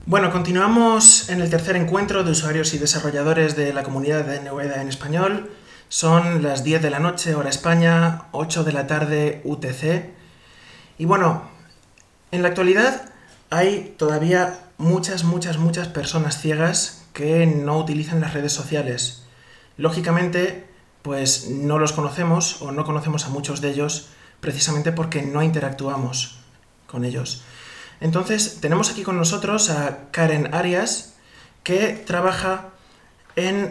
Bueno, continuamos en el tercer encuentro de usuarios y desarrolladores de la comunidad de NVDA en español. Son las 10 de la noche, hora España, 8 de la tarde UTC. Y bueno, en la actualidad hay todavía muchas personas ciegas que no utilizan las redes sociales. Lógicamente, pues no los conocemos o no conocemos a muchos de ellos precisamente porque no interactuamos con ellos. Entonces, tenemos aquí con nosotros a Karen Arias, que trabaja en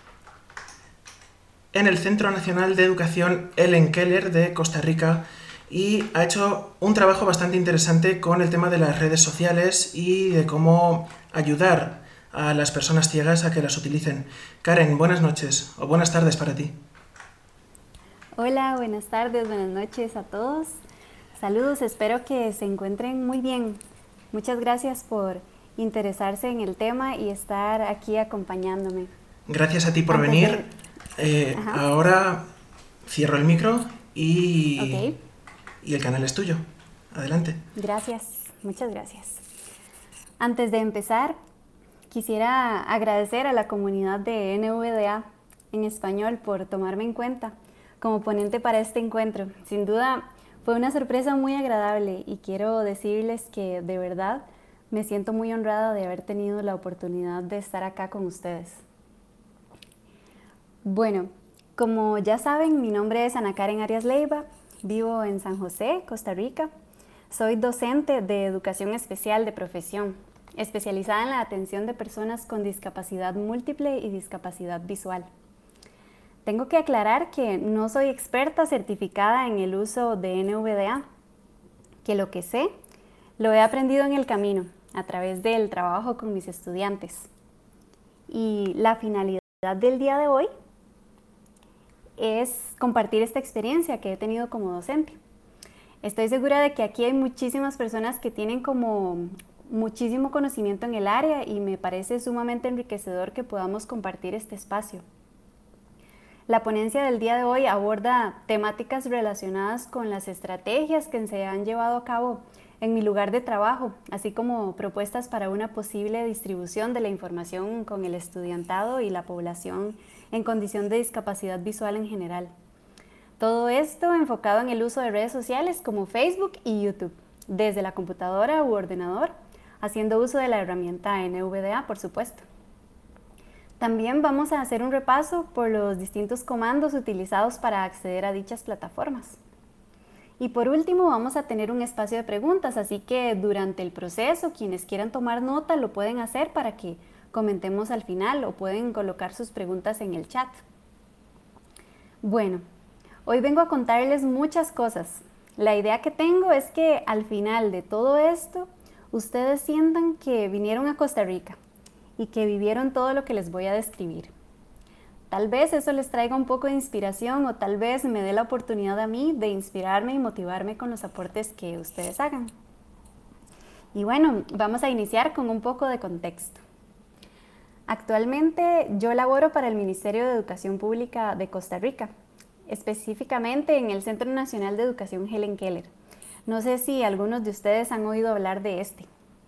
el Centro Nacional de Educación Ellen Keller de Costa Rica y ha hecho un trabajo bastante interesante con el tema de las redes sociales y de cómo ayudar a las personas ciegas a que las utilicen. Karen, buenas noches o buenas tardes para ti. Hola, buenas tardes, buenas noches a todos. Saludos, espero que se encuentren muy bien. Muchas gracias por interesarse en el tema y estar aquí acompañándome. Gracias a ti por venir. Ahora cierro el micro y el canal es tuyo. Adelante. Gracias, muchas gracias. Antes de empezar, quisiera agradecer a la comunidad de NVDA en español por tomarme en cuenta como ponente para este encuentro. Sin duda, fue una sorpresa muy agradable y quiero decirles que de verdad me siento muy honrada de haber tenido la oportunidad de estar acá con ustedes. Bueno, como ya saben, mi nombre es Ana Karen Arias Leiva, vivo en San José, Costa Rica. Soy docente de educación especial de profesión, especializada en la atención de personas con discapacidad múltiple y discapacidad visual. Tengo que aclarar que no soy experta certificada en el uso de NVDA, que lo que sé lo he aprendido en el camino, a través del trabajo con mis estudiantes. Y la finalidad del día de hoy es compartir esta experiencia que he tenido como docente. Estoy segura de que aquí hay muchísimas personas que tienen como muchísimo conocimiento en el área y me parece sumamente enriquecedor que podamos compartir este espacio. La ponencia del día de hoy aborda temáticas relacionadas con las estrategias que se han llevado a cabo en mi lugar de trabajo, así como propuestas para una posible distribución de la información con el estudiantado y la población en condición de discapacidad visual en general. Todo esto enfocado en el uso de redes sociales como Facebook y YouTube, desde la computadora u ordenador, haciendo uso de la herramienta NVDA, por supuesto. También vamos a hacer un repaso por los distintos comandos utilizados para acceder a dichas plataformas. Y por último vamos a tener un espacio de preguntas, así que durante el proceso quienes quieran tomar nota lo pueden hacer para que comentemos al final o pueden colocar sus preguntas en el chat. Bueno, hoy vengo a contarles muchas cosas. La idea que tengo es que al final de todo esto ustedes sientan que vinieron a Costa Rica y que vivieron todo lo que les voy a describir. Tal vez eso les traiga un poco de inspiración o tal vez me dé la oportunidad a mí de inspirarme y motivarme con los aportes que ustedes hagan. Y bueno, vamos a iniciar con un poco de contexto. Actualmente yo laboro para el Ministerio de Educación Pública de Costa Rica, específicamente en el Centro Nacional de Educación Ellen Keller. No sé si algunos de ustedes han oído hablar de este.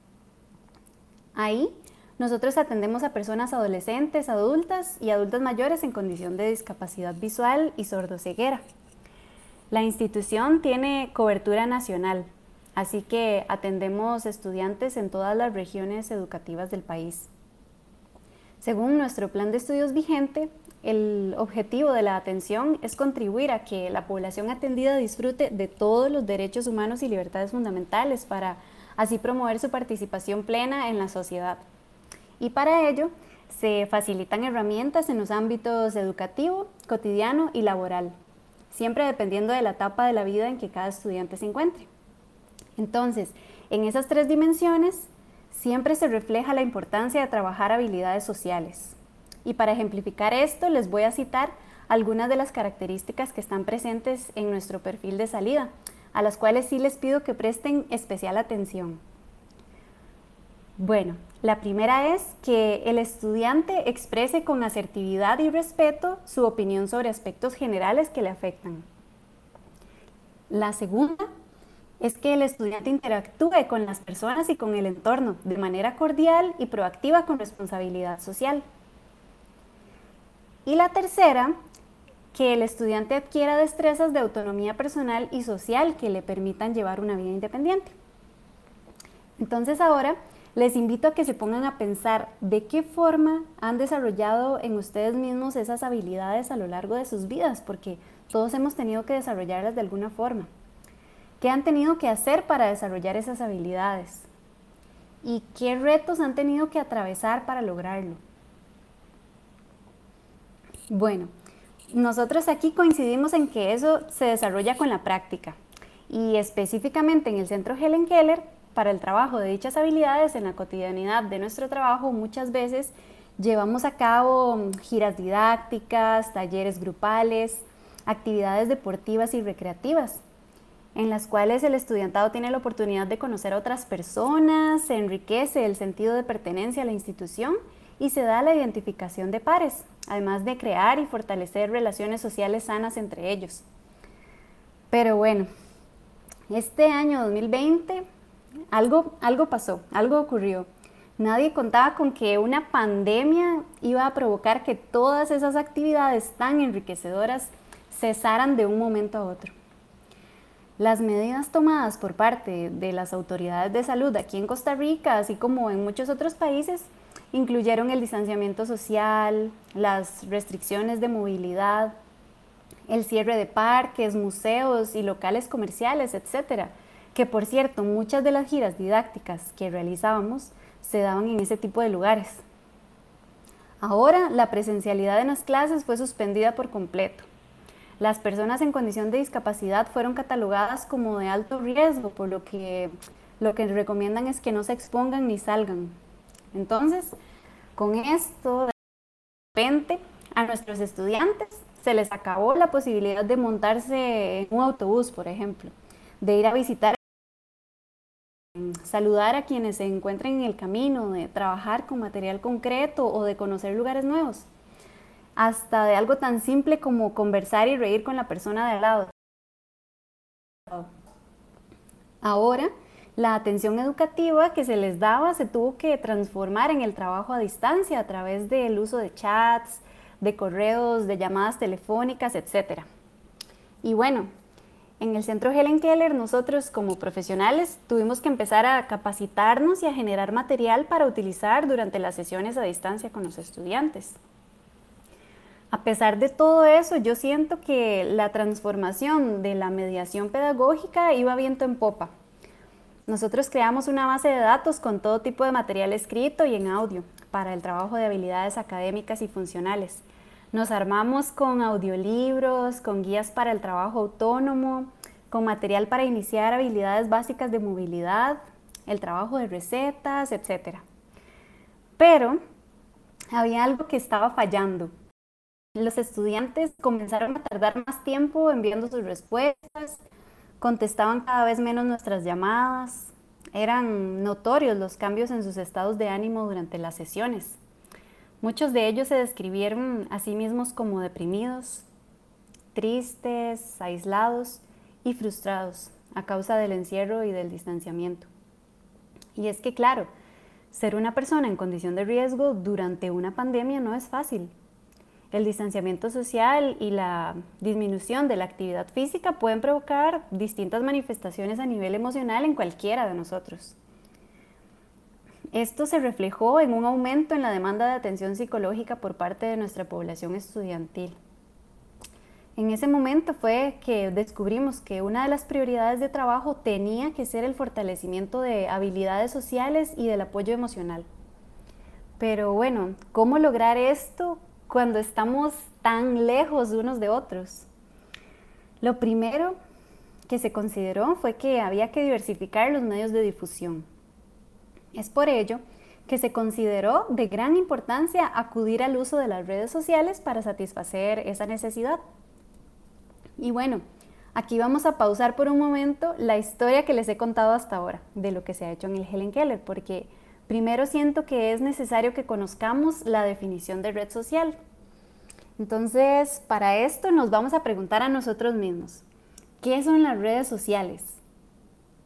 Ahí nosotros atendemos a personas adolescentes, adultas y adultas mayores en condición de discapacidad visual y sordoceguera. La institución tiene cobertura nacional, así que atendemos estudiantes en todas las regiones educativas del país. Según nuestro plan de estudios vigente, el objetivo de la atención es contribuir a que la población atendida disfrute de todos los derechos humanos y libertades fundamentales para así promover su participación plena en la sociedad. Y para ello se facilitan herramientas en los ámbitos educativo, cotidiano y laboral, siempre dependiendo de la etapa de la vida en que cada estudiante se encuentre. Entonces, en esas tres dimensiones siempre se refleja la importancia de trabajar habilidades sociales. Y para ejemplificar esto les voy a citar algunas de las características que están presentes en nuestro perfil de salida, a las cuales sí les pido que presten especial atención. Bueno, la primera es que el estudiante exprese con asertividad y respeto su opinión sobre aspectos generales que le afectan. La segunda, es que el estudiante interactúe con las personas y con el entorno de manera cordial y proactiva con responsabilidad social. Y la tercera, que el estudiante adquiera destrezas de autonomía personal y social que le permitan llevar una vida independiente. Entonces ahora les invito a que se pongan a pensar de qué forma han desarrollado en ustedes mismos esas habilidades a lo largo de sus vidas, porque todos hemos tenido que desarrollarlas de alguna forma. ¿Qué han tenido que hacer para desarrollar esas habilidades? ¿Y qué retos han tenido que atravesar para lograrlo? Bueno, nosotros aquí coincidimos en que eso se desarrolla con la práctica y específicamente en el Centro Helen Keller, para el trabajo de dichas habilidades en la cotidianidad de nuestro trabajo, muchas veces llevamos a cabo giras didácticas, talleres grupales, actividades deportivas y recreativas, en las cuales el estudiantado tiene la oportunidad de conocer a otras personas, se enriquece el sentido de pertenencia a la institución y se da la identificación de pares, además de crear y fortalecer relaciones sociales sanas entre ellos. Pero bueno, este año 2020 algo pasó, algo ocurrió. Nadie contaba con que una pandemia iba a provocar que todas esas actividades tan enriquecedoras cesaran de un momento a otro. Las medidas tomadas por parte de las autoridades de salud aquí en Costa Rica, así como en muchos otros países, incluyeron el distanciamiento social, las restricciones de movilidad, el cierre de parques, museos y locales comerciales, etc. Que por cierto, muchas de las giras didácticas que realizábamos se daban en ese tipo de lugares. Ahora, la presencialidad en las clases fue suspendida por completo. Las personas en condición de discapacidad fueron catalogadas como de alto riesgo, por lo que recomiendan es que no se expongan ni salgan. Entonces, con esto, de repente, a nuestros estudiantes se les acabó la posibilidad de montarse en un autobús, por ejemplo, de ir a visitar, saludar a quienes se encuentren en el camino, de trabajar con material concreto o de conocer lugares nuevos, hasta de algo tan simple como conversar y reír con la persona de al lado. Ahora, la atención educativa que se les daba se tuvo que transformar en el trabajo a distancia a través del uso de chats, de correos, de llamadas telefónicas, etc. Y bueno, en el Centro Helen Keller nosotros como profesionales tuvimos que empezar a capacitarnos y a generar material para utilizar durante las sesiones a distancia con los estudiantes. A pesar de todo eso, yo siento que la transformación de la mediación pedagógica iba viento en popa. Nosotros creamos una base de datos con todo tipo de material escrito y en audio para el trabajo de habilidades académicas y funcionales. Nos armamos con audiolibros, con guías para el trabajo autónomo, con material para iniciar habilidades básicas de movilidad, el trabajo de recetas, etc. Pero había algo que estaba fallando. Los estudiantes comenzaron a tardar más tiempo enviando sus respuestas, contestaban cada vez menos nuestras llamadas, eran notorios los cambios en sus estados de ánimo durante las sesiones. Muchos de ellos se describieron a sí mismos como deprimidos, tristes, aislados y frustrados a causa del encierro y del distanciamiento. Y es que claro, ser una persona en condición de riesgo durante una pandemia no es fácil. El distanciamiento social y la disminución de la actividad física pueden provocar distintas manifestaciones a nivel emocional en cualquiera de nosotros. Esto se reflejó en un aumento en la demanda de atención psicológica por parte de nuestra población estudiantil. En ese momento fue que descubrimos que una de las prioridades de trabajo tenía que ser el fortalecimiento de habilidades sociales y del apoyo emocional. Pero bueno, ¿cómo lograr esto cuando estamos tan lejos unos de otros? Lo primero que se consideró fue que había que diversificar los medios de difusión. Es por ello que se consideró de gran importancia acudir al uso de las redes sociales para satisfacer esa necesidad. Y bueno, aquí vamos a pausar por un momento la historia que les he contado hasta ahora de lo que se ha hecho en el Helen Keller, porque primero siento que es necesario que conozcamos la definición de red social. Entonces, para esto nos vamos a preguntar a nosotros mismos, ¿qué son las redes sociales?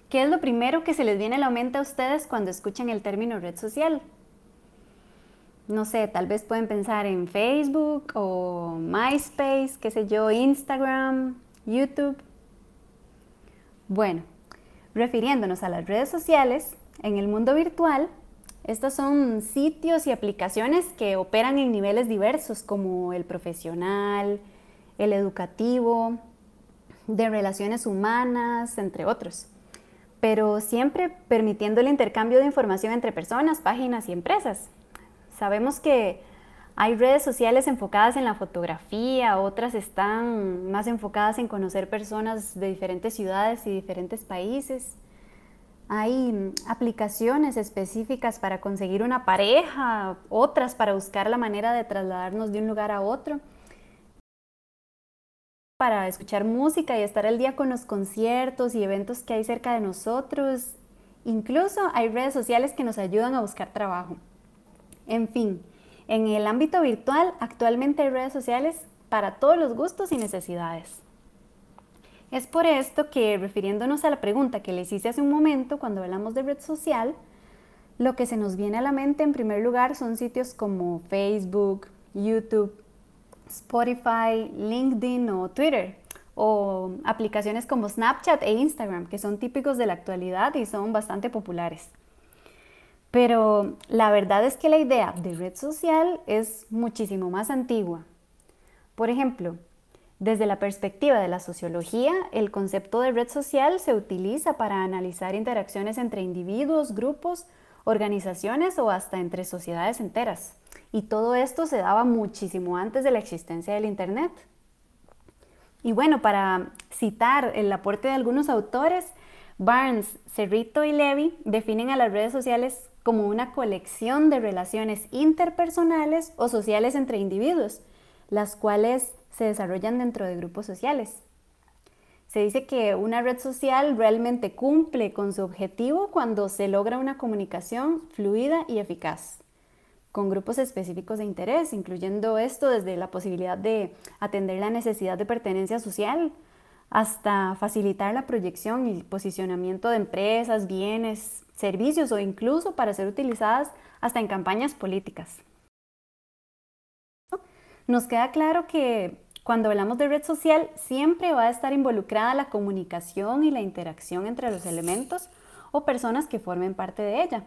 ¿Qué es lo primero que se les viene a la mente a ustedes cuando escuchan el término red social? No sé, tal vez pueden pensar en Facebook o MySpace, qué sé yo, Instagram, YouTube. Bueno, refiriéndonos a las redes sociales, en el mundo virtual, estos son sitios y aplicaciones que operan en niveles diversos como el profesional, el educativo, de relaciones humanas, entre otros, pero siempre permitiendo el intercambio de información entre personas, páginas y empresas. Sabemos que hay redes sociales enfocadas en la fotografía, otras están más enfocadas en conocer personas de diferentes ciudades y diferentes países. Hay aplicaciones específicas para conseguir una pareja, otras para buscar la manera de trasladarnos de un lugar a otro, para escuchar música y estar al día con los conciertos y eventos que hay cerca de nosotros. Incluso hay redes sociales que nos ayudan a buscar trabajo. En fin, en el ámbito virtual actualmente hay redes sociales para todos los gustos y necesidades. Es por esto que, refiriéndonos a la pregunta que les hice hace un momento cuando hablamos de red social, lo que se nos viene a la mente en primer lugar son sitios como Facebook, YouTube, Spotify, LinkedIn o Twitter, o aplicaciones como Snapchat e Instagram, que son típicos de la actualidad y son bastante populares. Pero la verdad es que la idea de red social es muchísimo más antigua. Por ejemplo, desde la perspectiva de la sociología, el concepto de red social se utiliza para analizar interacciones entre individuos, grupos, organizaciones o hasta entre sociedades enteras. Y todo esto se daba muchísimo antes de la existencia del Internet. Y bueno, para citar el aporte de algunos autores, Barnes, Cerrito y Levy definen a las redes sociales como una colección de relaciones interpersonales o sociales entre individuos, las cuales se desarrollan dentro de grupos sociales. Se dice que una red social realmente cumple con su objetivo cuando se logra una comunicación fluida y eficaz, con grupos específicos de interés, incluyendo esto desde la posibilidad de atender la necesidad de pertenencia social, hasta facilitar la proyección y posicionamiento de empresas, bienes, servicios o incluso para ser utilizadas hasta en campañas políticas. Nos queda claro que cuando hablamos de red social siempre va a estar involucrada la comunicación y la interacción entre los elementos o personas que formen parte de ella.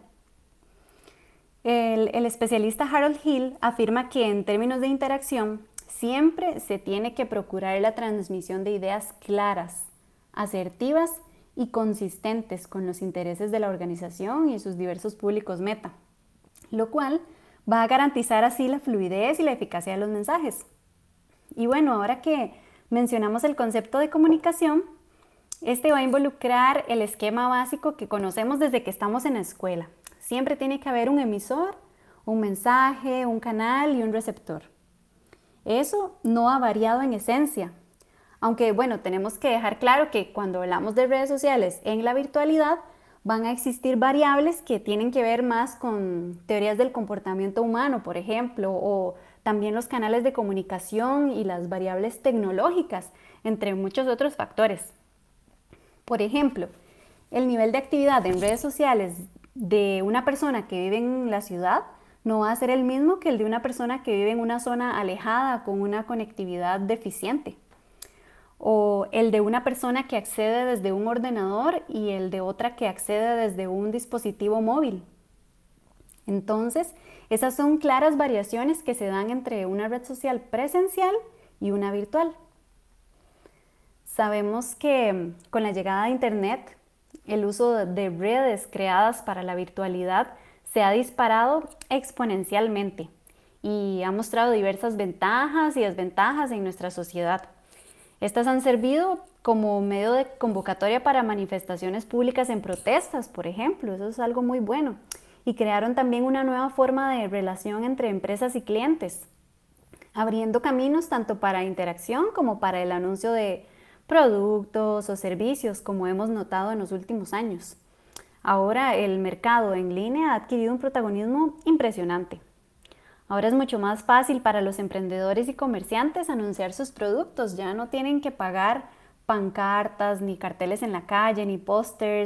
El especialista Harold Hill afirma que en términos de interacción siempre se tiene que procurar la transmisión de ideas claras, asertivas y consistentes con los intereses de la organización y sus diversos públicos meta, lo cual va a garantizar así la fluidez y la eficacia de los mensajes. Y bueno, ahora que mencionamos el concepto de comunicación, este va a involucrar el esquema básico que conocemos desde que estamos en la escuela. Siempre tiene que haber un emisor, un mensaje, un canal y un receptor. Eso no ha variado en esencia, aunque bueno, tenemos que dejar claro que cuando hablamos de redes sociales en la virtualidad, van a existir variables que tienen que ver más con teorías del comportamiento humano, por ejemplo, o también los canales de comunicación y las variables tecnológicas, entre muchos otros factores. Por ejemplo, el nivel de actividad en redes sociales de una persona que vive en la ciudad no va a ser el mismo que el de una persona que vive en una zona alejada con una conectividad deficiente, o el de una persona que accede desde un ordenador y el de otra que accede desde un dispositivo móvil. Entonces, esas son claras variaciones que se dan entre una red social presencial y una virtual. Sabemos que con la llegada de Internet, el uso de redes creadas para la virtualidad se ha disparado exponencialmente y ha mostrado diversas ventajas y desventajas en nuestra sociedad. Estas han servido como medio de convocatoria para manifestaciones públicas en protestas, por ejemplo, eso es algo muy bueno. Y crearon también una nueva forma de relación entre empresas y clientes, abriendo caminos tanto para interacción como para el anuncio de productos o servicios, como hemos notado en los últimos años. Ahora el mercado en línea ha adquirido un protagonismo impresionante. Ahora es mucho más fácil para los emprendedores y comerciantes anunciar sus productos. Ya no tienen que pagar pancartas, ni carteles en la calle, ni pósters,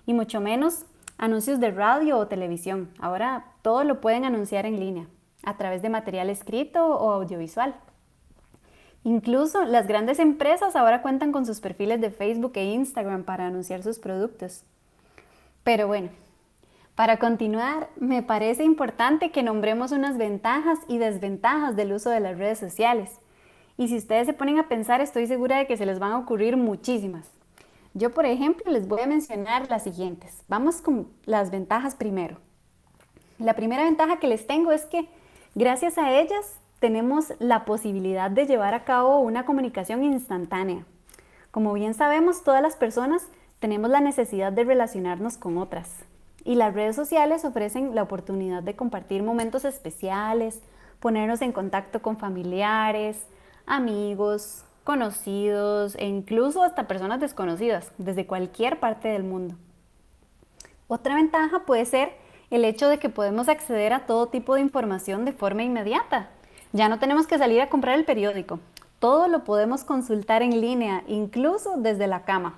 y mucho menos anuncios de radio o televisión. Ahora todo lo pueden anunciar en línea, a través de material escrito o audiovisual. Incluso las grandes empresas ahora cuentan con sus perfiles de Facebook e Instagram para anunciar sus productos. Pero bueno, para continuar, me parece importante que nombremos unas ventajas y desventajas del uso de las redes sociales. Y si ustedes se ponen a pensar, estoy segura de que se les van a ocurrir muchísimas. Yo, por ejemplo, les voy a mencionar las siguientes. Vamos con las ventajas primero. La primera ventaja que les tengo es que gracias a ellas tenemos la posibilidad de llevar a cabo una comunicación instantánea. Como bien sabemos, todas las personas tenemos la necesidad de relacionarnos con otras. Y las redes sociales ofrecen la oportunidad de compartir momentos especiales, ponernos en contacto con familiares, amigos, conocidos e incluso hasta personas desconocidas desde cualquier parte del mundo. Otra ventaja puede ser el hecho de que podemos acceder a todo tipo de información de forma inmediata. Ya no tenemos que salir a comprar el periódico. Todo lo podemos consultar en línea, incluso desde la cama.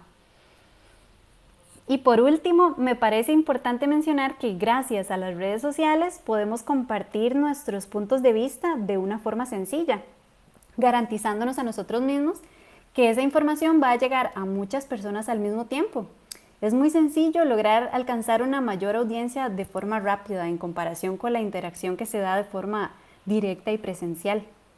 Y por último, me parece importante mencionar que gracias a las redes sociales podemos compartir nuestros puntos de vista de una forma sencilla, garantizándonos a nosotros mismos que esa información va a llegar a muchas personas al mismo tiempo. Es muy sencillo lograr alcanzar una mayor audiencia de forma rápida en comparación con la interacción que se da de forma directa y presencial.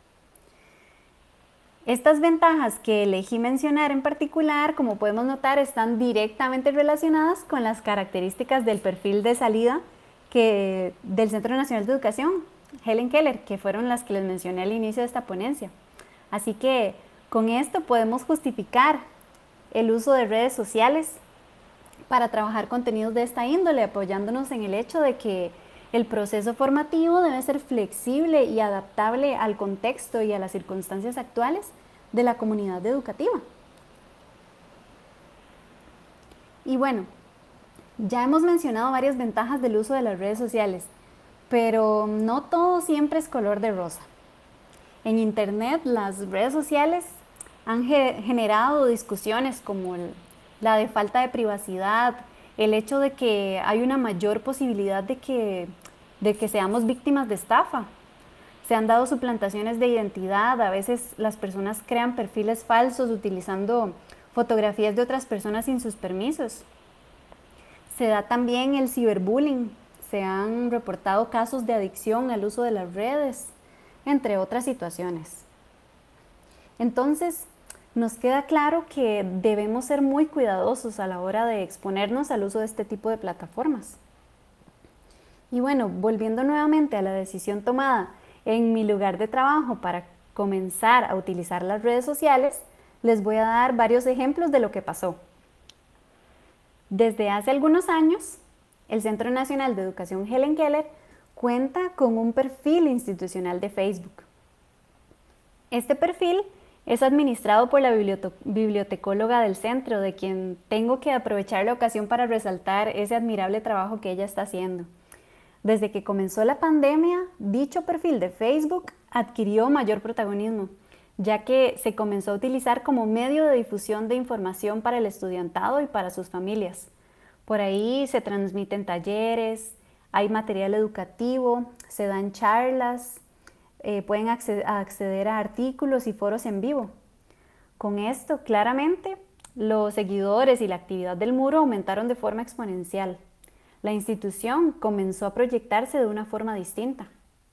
Estas ventajas que elegí mencionar en particular, como podemos notar, están directamente relacionadas con las características del perfil de salida del Centro Nacional de Educación, Helen Keller, que fueron las que les mencioné al inicio de esta ponencia. Así que con esto podemos justificar el uso de redes sociales para trabajar contenidos de esta índole, apoyándonos en el hecho de que el proceso formativo debe ser flexible y adaptable al contexto y a las circunstancias actuales de la comunidad educativa. Y bueno, ya hemos mencionado varias ventajas del uso de las redes sociales, pero no todo siempre es color de rosa. En Internet, las redes sociales han generado discusiones como la de falta de privacidad, el hecho de que hay una mayor posibilidad de que seamos víctimas de estafa. Se han dado suplantaciones de identidad, a veces las personas crean perfiles falsos utilizando fotografías de otras personas sin sus permisos. Se da también el ciberbullying, se han reportado casos de adicción al uso de las redes, entre otras situaciones. Entonces, nos queda claro que debemos ser muy cuidadosos a la hora de exponernos al uso de este tipo de plataformas. Y bueno, volviendo nuevamente a la decisión tomada en mi lugar de trabajo para comenzar a utilizar las redes sociales, les voy a dar varios ejemplos de lo que pasó. Desde hace algunos años, el Centro Nacional de Educación Helen Keller cuenta con un perfil institucional de Facebook. Este perfil es administrado por la bibliotecóloga del centro, de quien tengo que aprovechar la ocasión para resaltar ese admirable trabajo que ella está haciendo. Desde que comenzó la pandemia, dicho perfil de Facebook adquirió mayor protagonismo, ya que se comenzó a utilizar como medio de difusión de información para el estudiantado y para sus familias. Por ahí se transmiten talleres, hay material educativo, se dan charlas, pueden acceder a artículos y foros en vivo. Con esto, claramente, los seguidores y la actividad del muro aumentaron de forma exponencial. La institución comenzó a proyectarse de una forma distinta.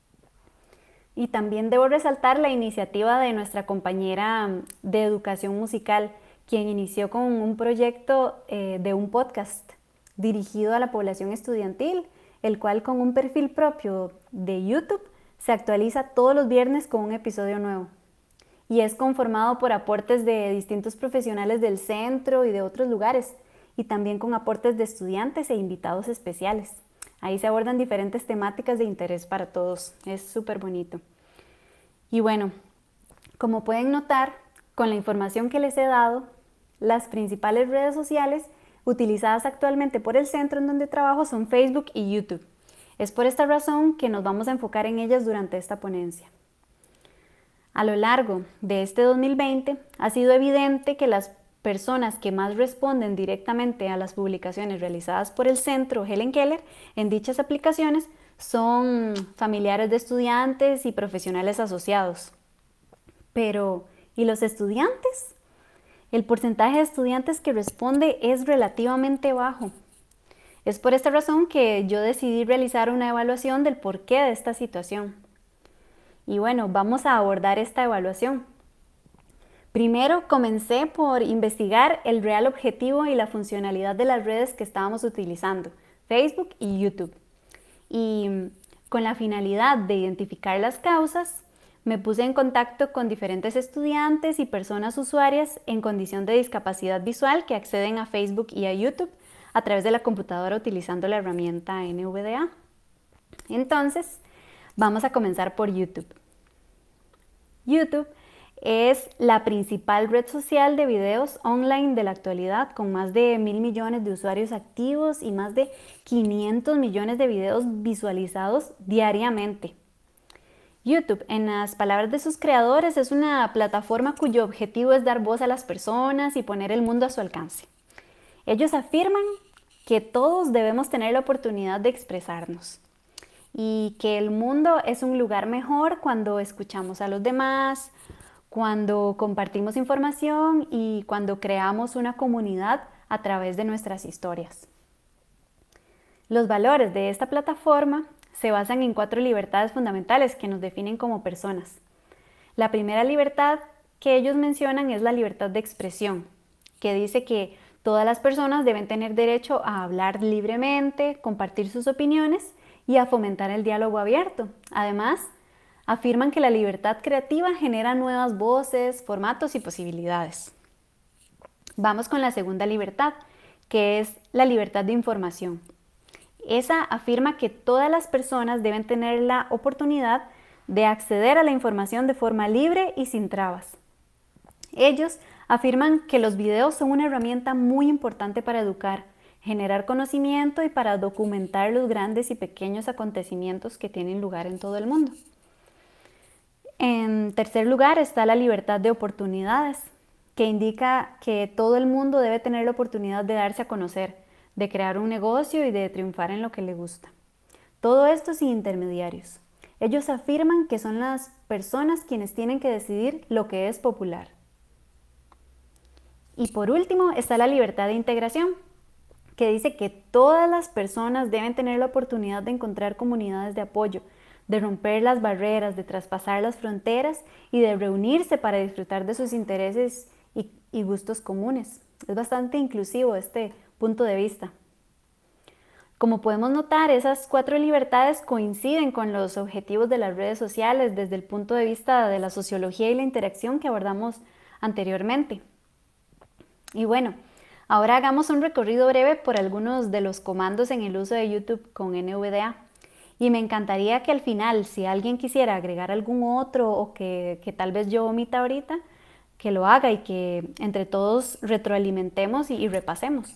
Y también debo resaltar la iniciativa de nuestra compañera de educación musical, quien inició con un proyecto de un podcast dirigido a la población estudiantil, el cual con un perfil propio de YouTube se actualiza todos los viernes con un episodio nuevo. Y es conformado por aportes de distintos profesionales del centro y de otros lugares, y también con aportes de estudiantes e invitados especiales. Ahí se abordan diferentes temáticas de interés para todos. Es súper bonito. Y bueno, como pueden notar, con la información que les he dado, las principales redes sociales utilizadas actualmente por el centro en donde trabajo son Facebook y YouTube. Es por esta razón que nos vamos a enfocar en ellas durante esta ponencia. A lo largo de este 2020 ha sido evidente que las personas que más responden directamente a las publicaciones realizadas por el centro Helen Keller en dichas aplicaciones son familiares de estudiantes y profesionales asociados. Pero, ¿y los estudiantes? El porcentaje de estudiantes que responde es relativamente bajo. Es por esta razón que yo decidí realizar una evaluación del porqué de esta situación. Y bueno, vamos a abordar esta evaluación. Primero comencé por investigar el real objetivo y la funcionalidad de las redes que estábamos utilizando, Facebook y YouTube. Y con la finalidad de identificar las causas, me puse en contacto con diferentes estudiantes y personas usuarias en condición de discapacidad visual que acceden a Facebook y a YouTube a través de la computadora utilizando la herramienta NVDA. Entonces, vamos a comenzar por YouTube. YouTube es la principal red social de videos online de la actualidad, con más de 1.000 millones de usuarios activos y más de 500 millones de videos visualizados diariamente. YouTube, en las palabras de sus creadores, es una plataforma cuyo objetivo es dar voz a las personas y poner el mundo a su alcance. Ellos afirman que todos debemos tener la oportunidad de expresarnos y que el mundo es un lugar mejor cuando escuchamos a los demás, cuando compartimos información y cuando creamos una comunidad a través de nuestras historias. Los valores de esta plataforma se basan en 4 libertades fundamentales que nos definen como personas. La primera libertad que ellos mencionan es la libertad de expresión, que dice que todas las personas deben tener derecho a hablar libremente, compartir sus opiniones y a fomentar el diálogo abierto. Además, afirman que la libertad creativa genera nuevas voces, formatos y posibilidades. Vamos con la segunda libertad, que es la libertad de información. Esa afirma que todas las personas deben tener la oportunidad de acceder a la información de forma libre y sin trabas. Ellos afirman que los videos son una herramienta muy importante para educar, generar conocimiento y para documentar los grandes y pequeños acontecimientos que tienen lugar en todo el mundo. En tercer lugar está la libertad de oportunidades, que indica que todo el mundo debe tener la oportunidad de darse a conocer, de crear un negocio y de triunfar en lo que le gusta. Todo esto sin intermediarios. Ellos afirman que son las personas quienes tienen que decidir lo que es popular. Y por último está la libertad de integración, que dice que todas las personas deben tener la oportunidad de encontrar comunidades de apoyo, de romper las barreras, de traspasar las fronteras y de reunirse para disfrutar de sus intereses y gustos comunes. Es bastante inclusivo este punto de vista. Como podemos notar, esas 4 libertades coinciden con los objetivos de las redes sociales desde el punto de vista de la sociología y la interacción que abordamos anteriormente. Y bueno, ahora hagamos un recorrido breve por algunos de los comandos en el uso de YouTube con NVDA. Y me encantaría que al final, si alguien quisiera agregar algún otro o que tal vez yo omita ahorita, que lo haga y que entre todos retroalimentemos y repasemos.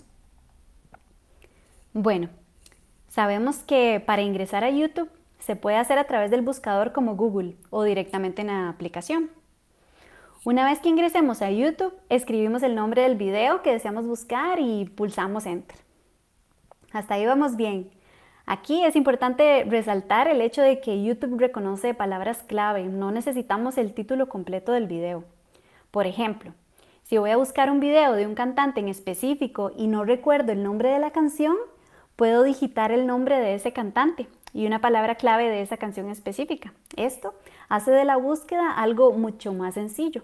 Bueno, sabemos que para ingresar a YouTube se puede hacer a través del buscador como Google o directamente en la aplicación. Una vez que ingresemos a YouTube, escribimos el nombre del video que deseamos buscar y pulsamos Enter. Hasta ahí vamos bien. Aquí es importante resaltar el hecho de que YouTube reconoce palabras clave, no necesitamos el título completo del video. Por ejemplo, si voy a buscar un video de un cantante en específico y no recuerdo el nombre de la canción, puedo digitar el nombre de ese cantante y una palabra clave de esa canción específica. Esto hace de la búsqueda algo mucho más sencillo.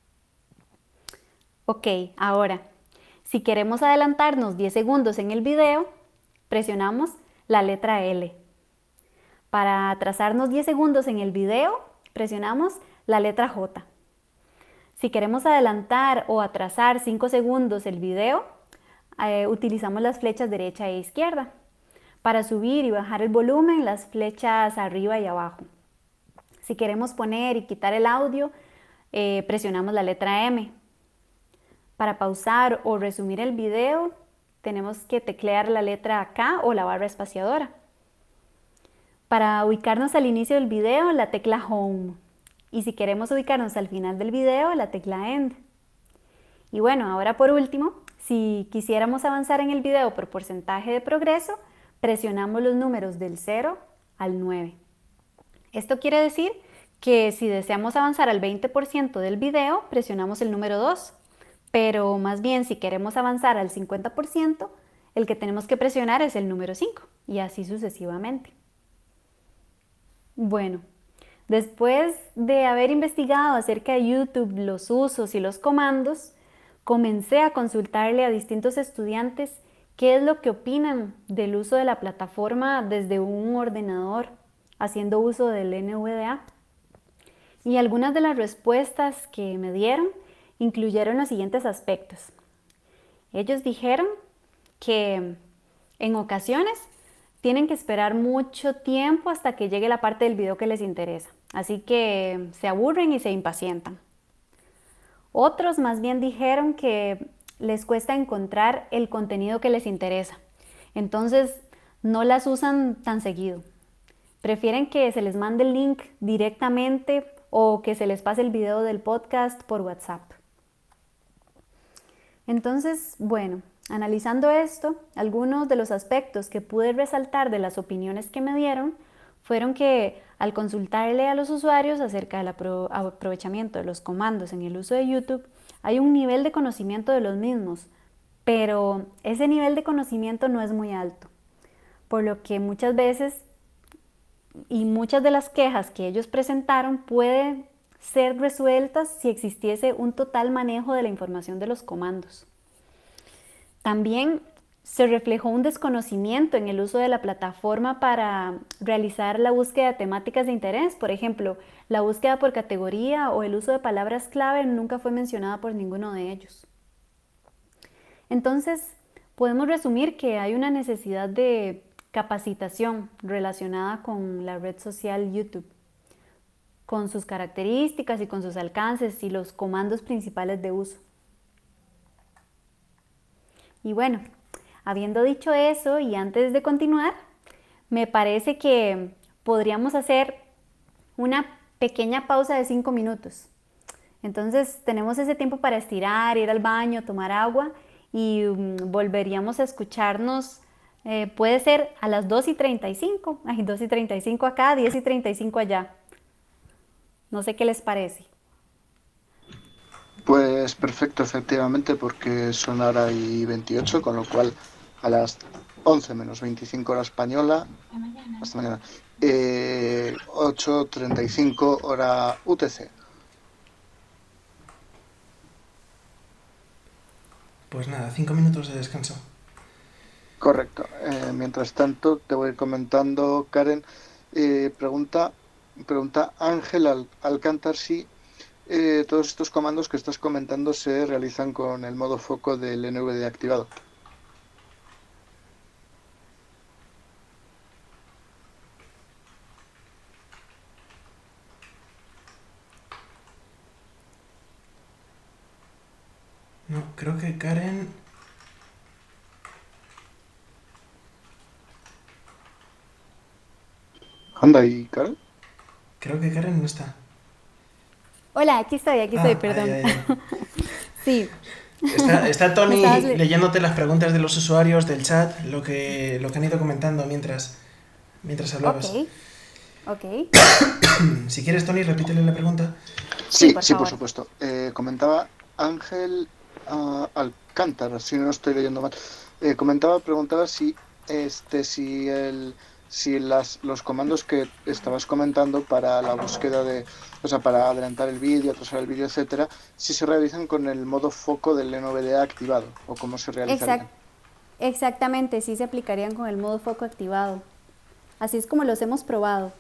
Ok, ahora, si queremos adelantarnos 10 segundos en el video, presionamos la letra L. Para atrasarnos 10 segundos en el video, presionamos la letra J. Si queremos adelantar o atrasar 5 segundos el video, utilizamos las flechas derecha e izquierda. Para subir y bajar el volumen, las flechas arriba y abajo. Si queremos poner y quitar el audio, presionamos la letra M. Para pausar o resumir el video, tenemos que teclear la letra K o la barra espaciadora. Para ubicarnos al inicio del video, la tecla Home. Y si queremos ubicarnos al final del video, la tecla End. Y bueno, ahora por último, si quisiéramos avanzar en el video por porcentaje de progreso, presionamos los números del 0 al 9. Esto quiere decir que si deseamos avanzar al 20% del video, presionamos el número 2, pero más bien si queremos avanzar al 50%, el que tenemos que presionar es el número 5 y así sucesivamente. Bueno, después de haber investigado acerca de YouTube, los usos y los comandos, comencé a consultarle a distintos estudiantes qué es lo que opinan del uso de la plataforma desde un ordenador, haciendo uso del NVDA. Y algunas de las respuestas que me dieron incluyeron los siguientes aspectos. Ellos dijeron que en ocasiones tienen que esperar mucho tiempo hasta que llegue la parte del video que les interesa, así que se aburren y se impacientan. Otros más bien dijeron que les cuesta encontrar el contenido que les interesa, entonces no las usan tan seguido. Prefieren que se les mande el link directamente o que se les pase el video del podcast por WhatsApp. Entonces, bueno, analizando esto, algunos de los aspectos que pude resaltar de las opiniones que me dieron fueron que al consultarle a los usuarios acerca del aprovechamiento de los comandos en el uso de YouTube, hay un nivel de conocimiento de los mismos, pero ese nivel de conocimiento no es muy alto, por lo que muchas veces y muchas de las quejas que ellos presentaron pueden ser resueltas si existiese un total manejo de la información de los comandos. También se reflejó un desconocimiento en el uso de la plataforma para realizar la búsqueda de temáticas de interés. Por ejemplo, la búsqueda por categoría o el uso de palabras clave nunca fue mencionada por ninguno de ellos. Entonces, podemos resumir que hay una necesidad de capacitación relacionada con la red social YouTube, con sus características y con sus alcances y los comandos principales de uso. Y bueno, habiendo dicho eso y antes de continuar, me parece que podríamos hacer una pequeña pausa de 5 minutos. Entonces tenemos ese tiempo para estirar, ir al baño, tomar agua y volveríamos a escucharnos. Puede ser a las 2:35, 2:35 acá, 10:35 allá. No sé qué les parece. Pues perfecto, efectivamente, porque son ahora y 28, con lo cual a las 11 menos 25 hora española, hasta mañana, 8:35 hora UTC. Pues nada, 5 minutos de descanso. Correcto. Mientras tanto, te voy comentando, Karen, pregunta Ángel Alcántar si todos estos comandos que estás comentando se realizan con el modo foco del NVDA activado. No, creo que Karen... Anda, ¿y Karen? Creo que Karen no está. Hola, aquí estoy, perdón. Ahí. Sí. Está Tony leyéndote las preguntas de los usuarios del chat, lo que han ido comentando mientras hablabas. Ok. Si quieres, Tony, repítele la pregunta. Sí, por supuesto. Comentaba Ángel Alcántara, si no estoy leyendo mal. Preguntaba si los comandos que estabas comentando para la búsqueda para adelantar el vídeo, atrasar el vídeo, etcétera, si se realizan con el modo foco del NVDA activado o cómo se realizarían. Exactamente, sí se aplicarían con el modo foco activado. Así es como los hemos probado.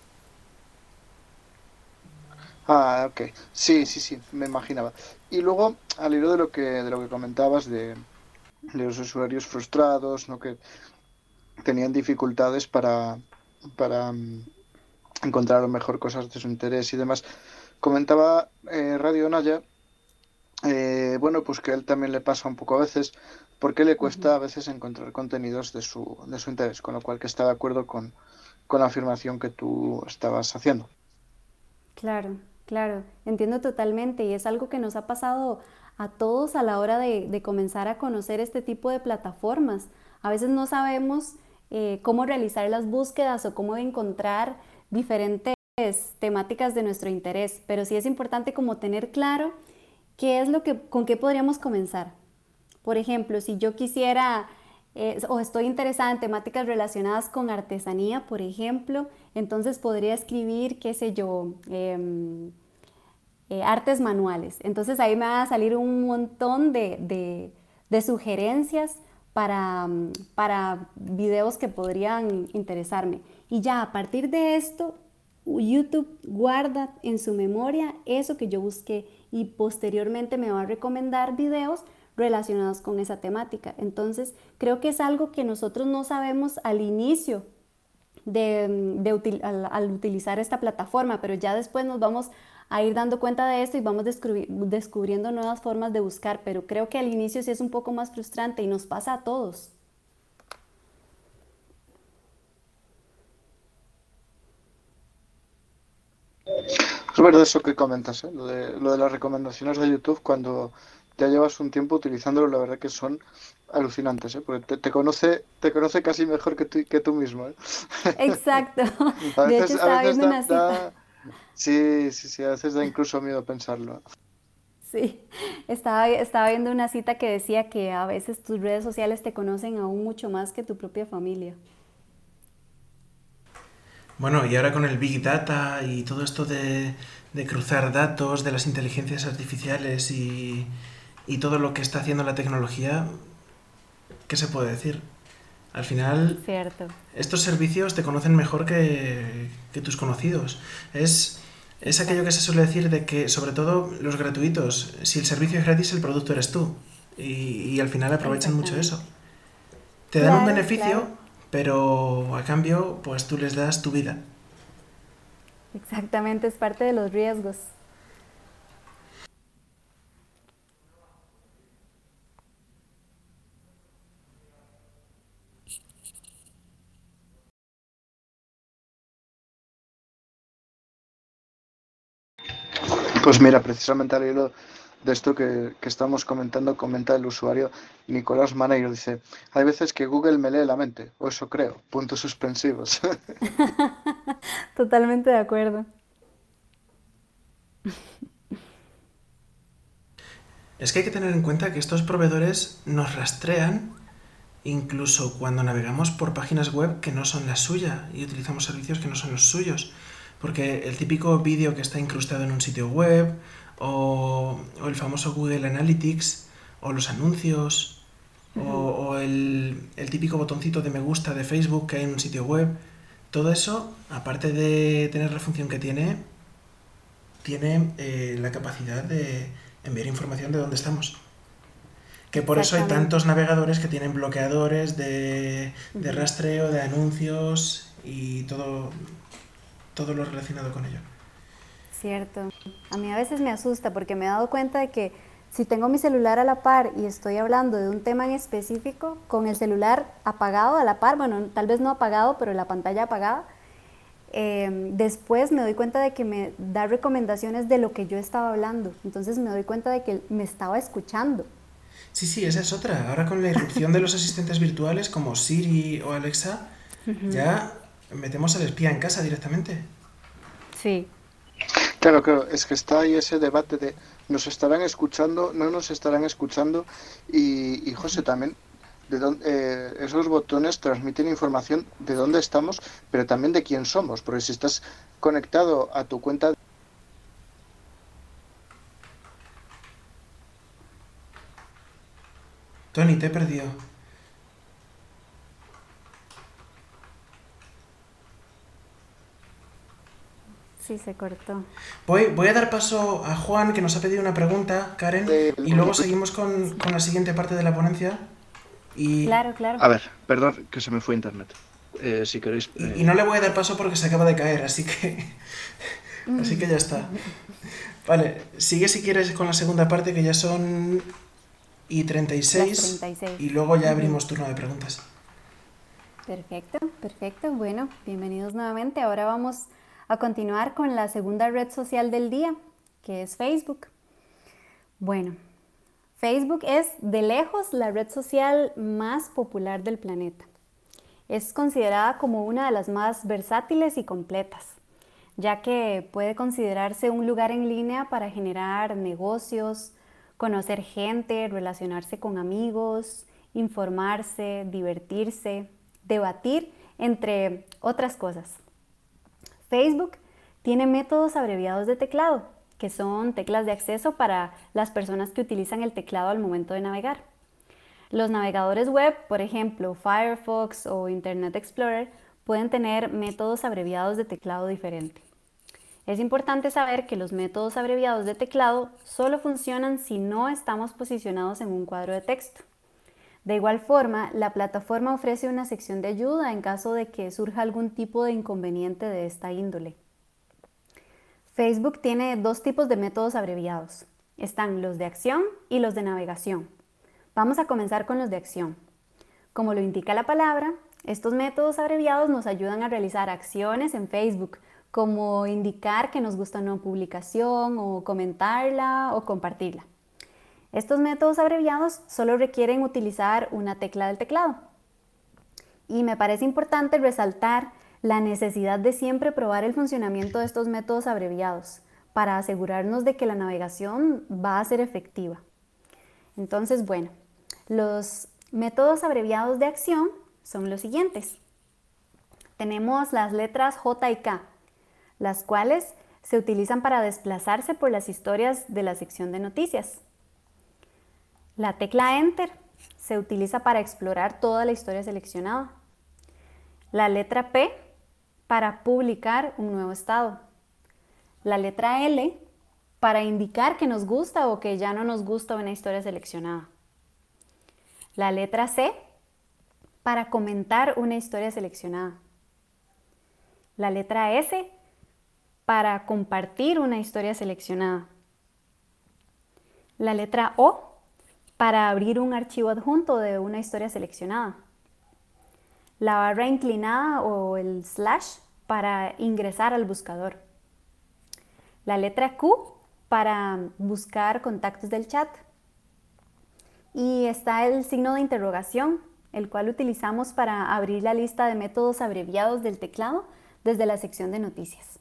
Ok. Sí, me imaginaba. Y luego, al hilo de lo que comentabas de los usuarios frustrados, ¿no? Que tenían dificultades para encontrar mejor cosas de su interés y demás. Comentaba Radio Naya, pues que a él también le pasa un poco a veces, porque le cuesta a veces encontrar contenidos de su interés, con lo cual que está de acuerdo con la afirmación que tú estabas haciendo. Claro, entiendo totalmente y es algo que nos ha pasado a todos a la hora de comenzar a conocer este tipo de plataformas. A veces no sabemos cómo realizar las búsquedas o cómo encontrar diferentes temáticas de nuestro interés, pero sí es importante como tener claro qué es con qué podríamos comenzar. Por ejemplo, si yo quisiera o estoy interesada en temáticas relacionadas con artesanía, por ejemplo, entonces podría escribir, qué sé yo, artes manuales. Entonces ahí me van a salir un montón de sugerencias para videos que podrían interesarme. Y ya a partir de esto, YouTube guarda en su memoria eso que yo busqué y posteriormente me va a recomendar videos relacionados con esa temática. Entonces creo que es algo que nosotros no sabemos al inicio al utilizar esta plataforma, pero ya después nos vamos a ir dando cuenta de esto y vamos descubriendo nuevas formas de buscar, pero creo que al inicio sí es un poco más frustrante y nos pasa a todos. Es verdad eso que comentas, ¿eh? Lo de las recomendaciones de YouTube cuando ya llevas un tiempo utilizándolo, la verdad que son alucinantes, ¿eh? Porque te conoce casi mejor que tú mismo, ¿eh? Exacto. De hecho A estaba veces viendo una cita. sí, sí, sí, a veces da incluso miedo pensarlo. Sí, estaba viendo una cita que decía que a veces tus redes sociales te conocen aún mucho más que tu propia familia. Bueno, y ahora con el Big Data y todo esto de cruzar datos, de las inteligencias artificiales y todo lo que está haciendo la tecnología, ¿qué se puede decir? Al final, Cierto. estos servicios te conocen mejor que tus conocidos. Es aquello que se suele decir de que, sobre todo los gratuitos, si el servicio es gratis, el producto eres tú. Y al final aprovechan mucho eso. Exactamente. Te dan un Claro, beneficio, claro. pero a cambio, pues tú les das tu vida. Exactamente, es parte de los riesgos. Pues mira, precisamente al hilo de esto que estamos comentando, comenta el usuario Nicolás Maneiro, dice, hay veces que Google me lee la mente, o eso creo, puntos suspensivos. Totalmente de acuerdo. Es que hay que tener en cuenta que estos proveedores nos rastrean incluso cuando navegamos por páginas web que no son la suya y utilizamos servicios que no son los suyos. Porque el típico vídeo que está incrustado en un sitio web, o el famoso Google Analytics, o los anuncios, o el típico botoncito de me gusta de Facebook que hay en un sitio web, todo eso, aparte de tener la función que tiene la capacidad de enviar información de dónde estamos. Que por eso hay Exactamente. tantos navegadores que tienen bloqueadores de rastreo, de anuncios y todo lo relacionado con ello. Cierto. A mí a veces me asusta porque me he dado cuenta de que si tengo mi celular a la par y estoy hablando de un tema en específico, con el celular apagado a la par, bueno, tal vez no apagado, pero la pantalla apagada, después me doy cuenta de que me da recomendaciones de lo que yo estaba hablando. Entonces me doy cuenta de que me estaba escuchando. Sí, sí, esa es otra. Ahora con la irrupción de los asistentes virtuales como Siri o Alexa, ya metemos al espía en casa directamente. Sí, Claro, claro, es que está ahí ese debate de nos estarán escuchando, no nos estarán escuchando y José también, esos botones transmiten información de dónde estamos, pero también de quién somos, porque si estás conectado a tu cuenta. Tony, te he perdido. sí se cortó. Voy a dar paso a Juan, que nos ha pedido una pregunta, Karen, y luego seguimos con la siguiente parte de la ponencia. Y, Claro, claro. A ver, perdón, que se me fue internet. Si queréis. y no le voy a dar paso porque se acaba de caer, así que, así que ya está. Vale, sigue si quieres con la segunda parte, que ya son y Las 36, 36. y luego ya abrimos turno de preguntas. Perfecto, perfecto. Bueno, bienvenidos nuevamente. Ahora vamos a continuar con la segunda red social del día, que es Facebook. Bueno, Facebook es de lejos la red social más popular del planeta. Es considerada como una de las más versátiles y completas, ya que puede considerarse un lugar en línea para generar negocios, conocer gente, relacionarse con amigos, informarse, divertirse, debatir, entre otras cosas. Facebook tiene métodos abreviados de teclado, que son teclas de acceso para las personas que utilizan el teclado al momento de navegar. Los navegadores web, por ejemplo, Firefox o Internet Explorer, pueden tener métodos abreviados de teclado diferente. Es importante saber que los métodos abreviados de teclado solo funcionan si no estamos posicionados en un cuadro de texto. De igual forma, la plataforma ofrece una sección de ayuda en caso de que surja algún tipo de inconveniente de esta índole. Facebook tiene dos tipos de métodos abreviados. Están los de acción y los de navegación. Vamos a comenzar con los de acción. Como lo indica la palabra, estos métodos abreviados nos ayudan a realizar acciones en Facebook, como indicar que nos gusta una publicación o comentarla o compartirla. Estos métodos abreviados solo requieren utilizar una tecla del teclado. Y me parece importante resaltar la necesidad de siempre probar el funcionamiento de estos métodos abreviados para asegurarnos de que la navegación va a ser efectiva. Entonces, bueno, los métodos abreviados de acción son los siguientes. Tenemos las letras J y K, las cuales se utilizan para desplazarse por las historias de la sección de noticias. La tecla Enter se utiliza para explorar toda la historia seleccionada. La letra P para publicar un nuevo estado. La letra L para indicar que nos gusta o que ya no nos gusta una historia seleccionada. La letra C para comentar una historia seleccionada. La letra S para compartir una historia seleccionada. La letra O para abrir un archivo adjunto de una historia seleccionada. La barra inclinada o el slash para ingresar al buscador. La letra Q para buscar contactos del chat. Y está el signo de interrogación, el cual utilizamos para abrir la lista de métodos abreviados del teclado desde la sección de noticias.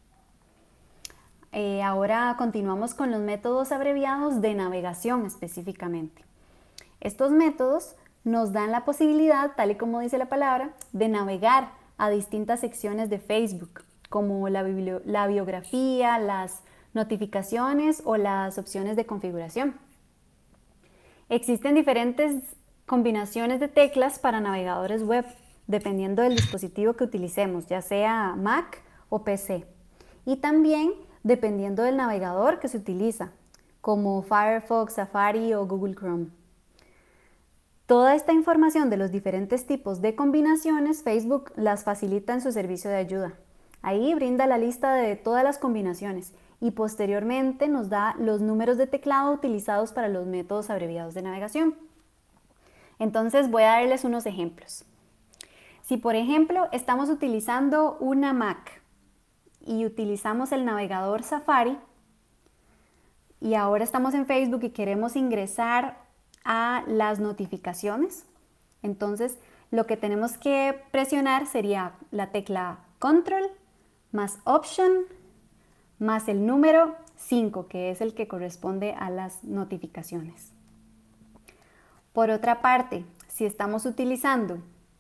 Ahora continuamos con los métodos abreviados de navegación específicamente. Estos métodos nos dan la posibilidad, tal y como dice la palabra, de navegar a distintas secciones de Facebook, como la biografía, las notificaciones o las opciones de configuración. Existen diferentes combinaciones de teclas para navegadores web, dependiendo del dispositivo que utilicemos, ya sea Mac o PC. Y también dependiendo del navegador que se utiliza, como Firefox, Safari o Google Chrome. Toda esta información de los diferentes tipos de combinaciones, Facebook las facilita en su servicio de ayuda. Ahí brinda la lista de todas las combinaciones y posteriormente nos da los números de teclado utilizados para los métodos abreviados de navegación. Entonces voy a darles unos ejemplos. Si por ejemplo estamos utilizando una Mac y utilizamos el navegador Safari y ahora estamos en Facebook y queremos ingresar a las notificaciones, entonces lo que tenemos que presionar sería la tecla Control más Option más el número 5, que es el que corresponde a las notificaciones. Por otra parte, si estamos utilizando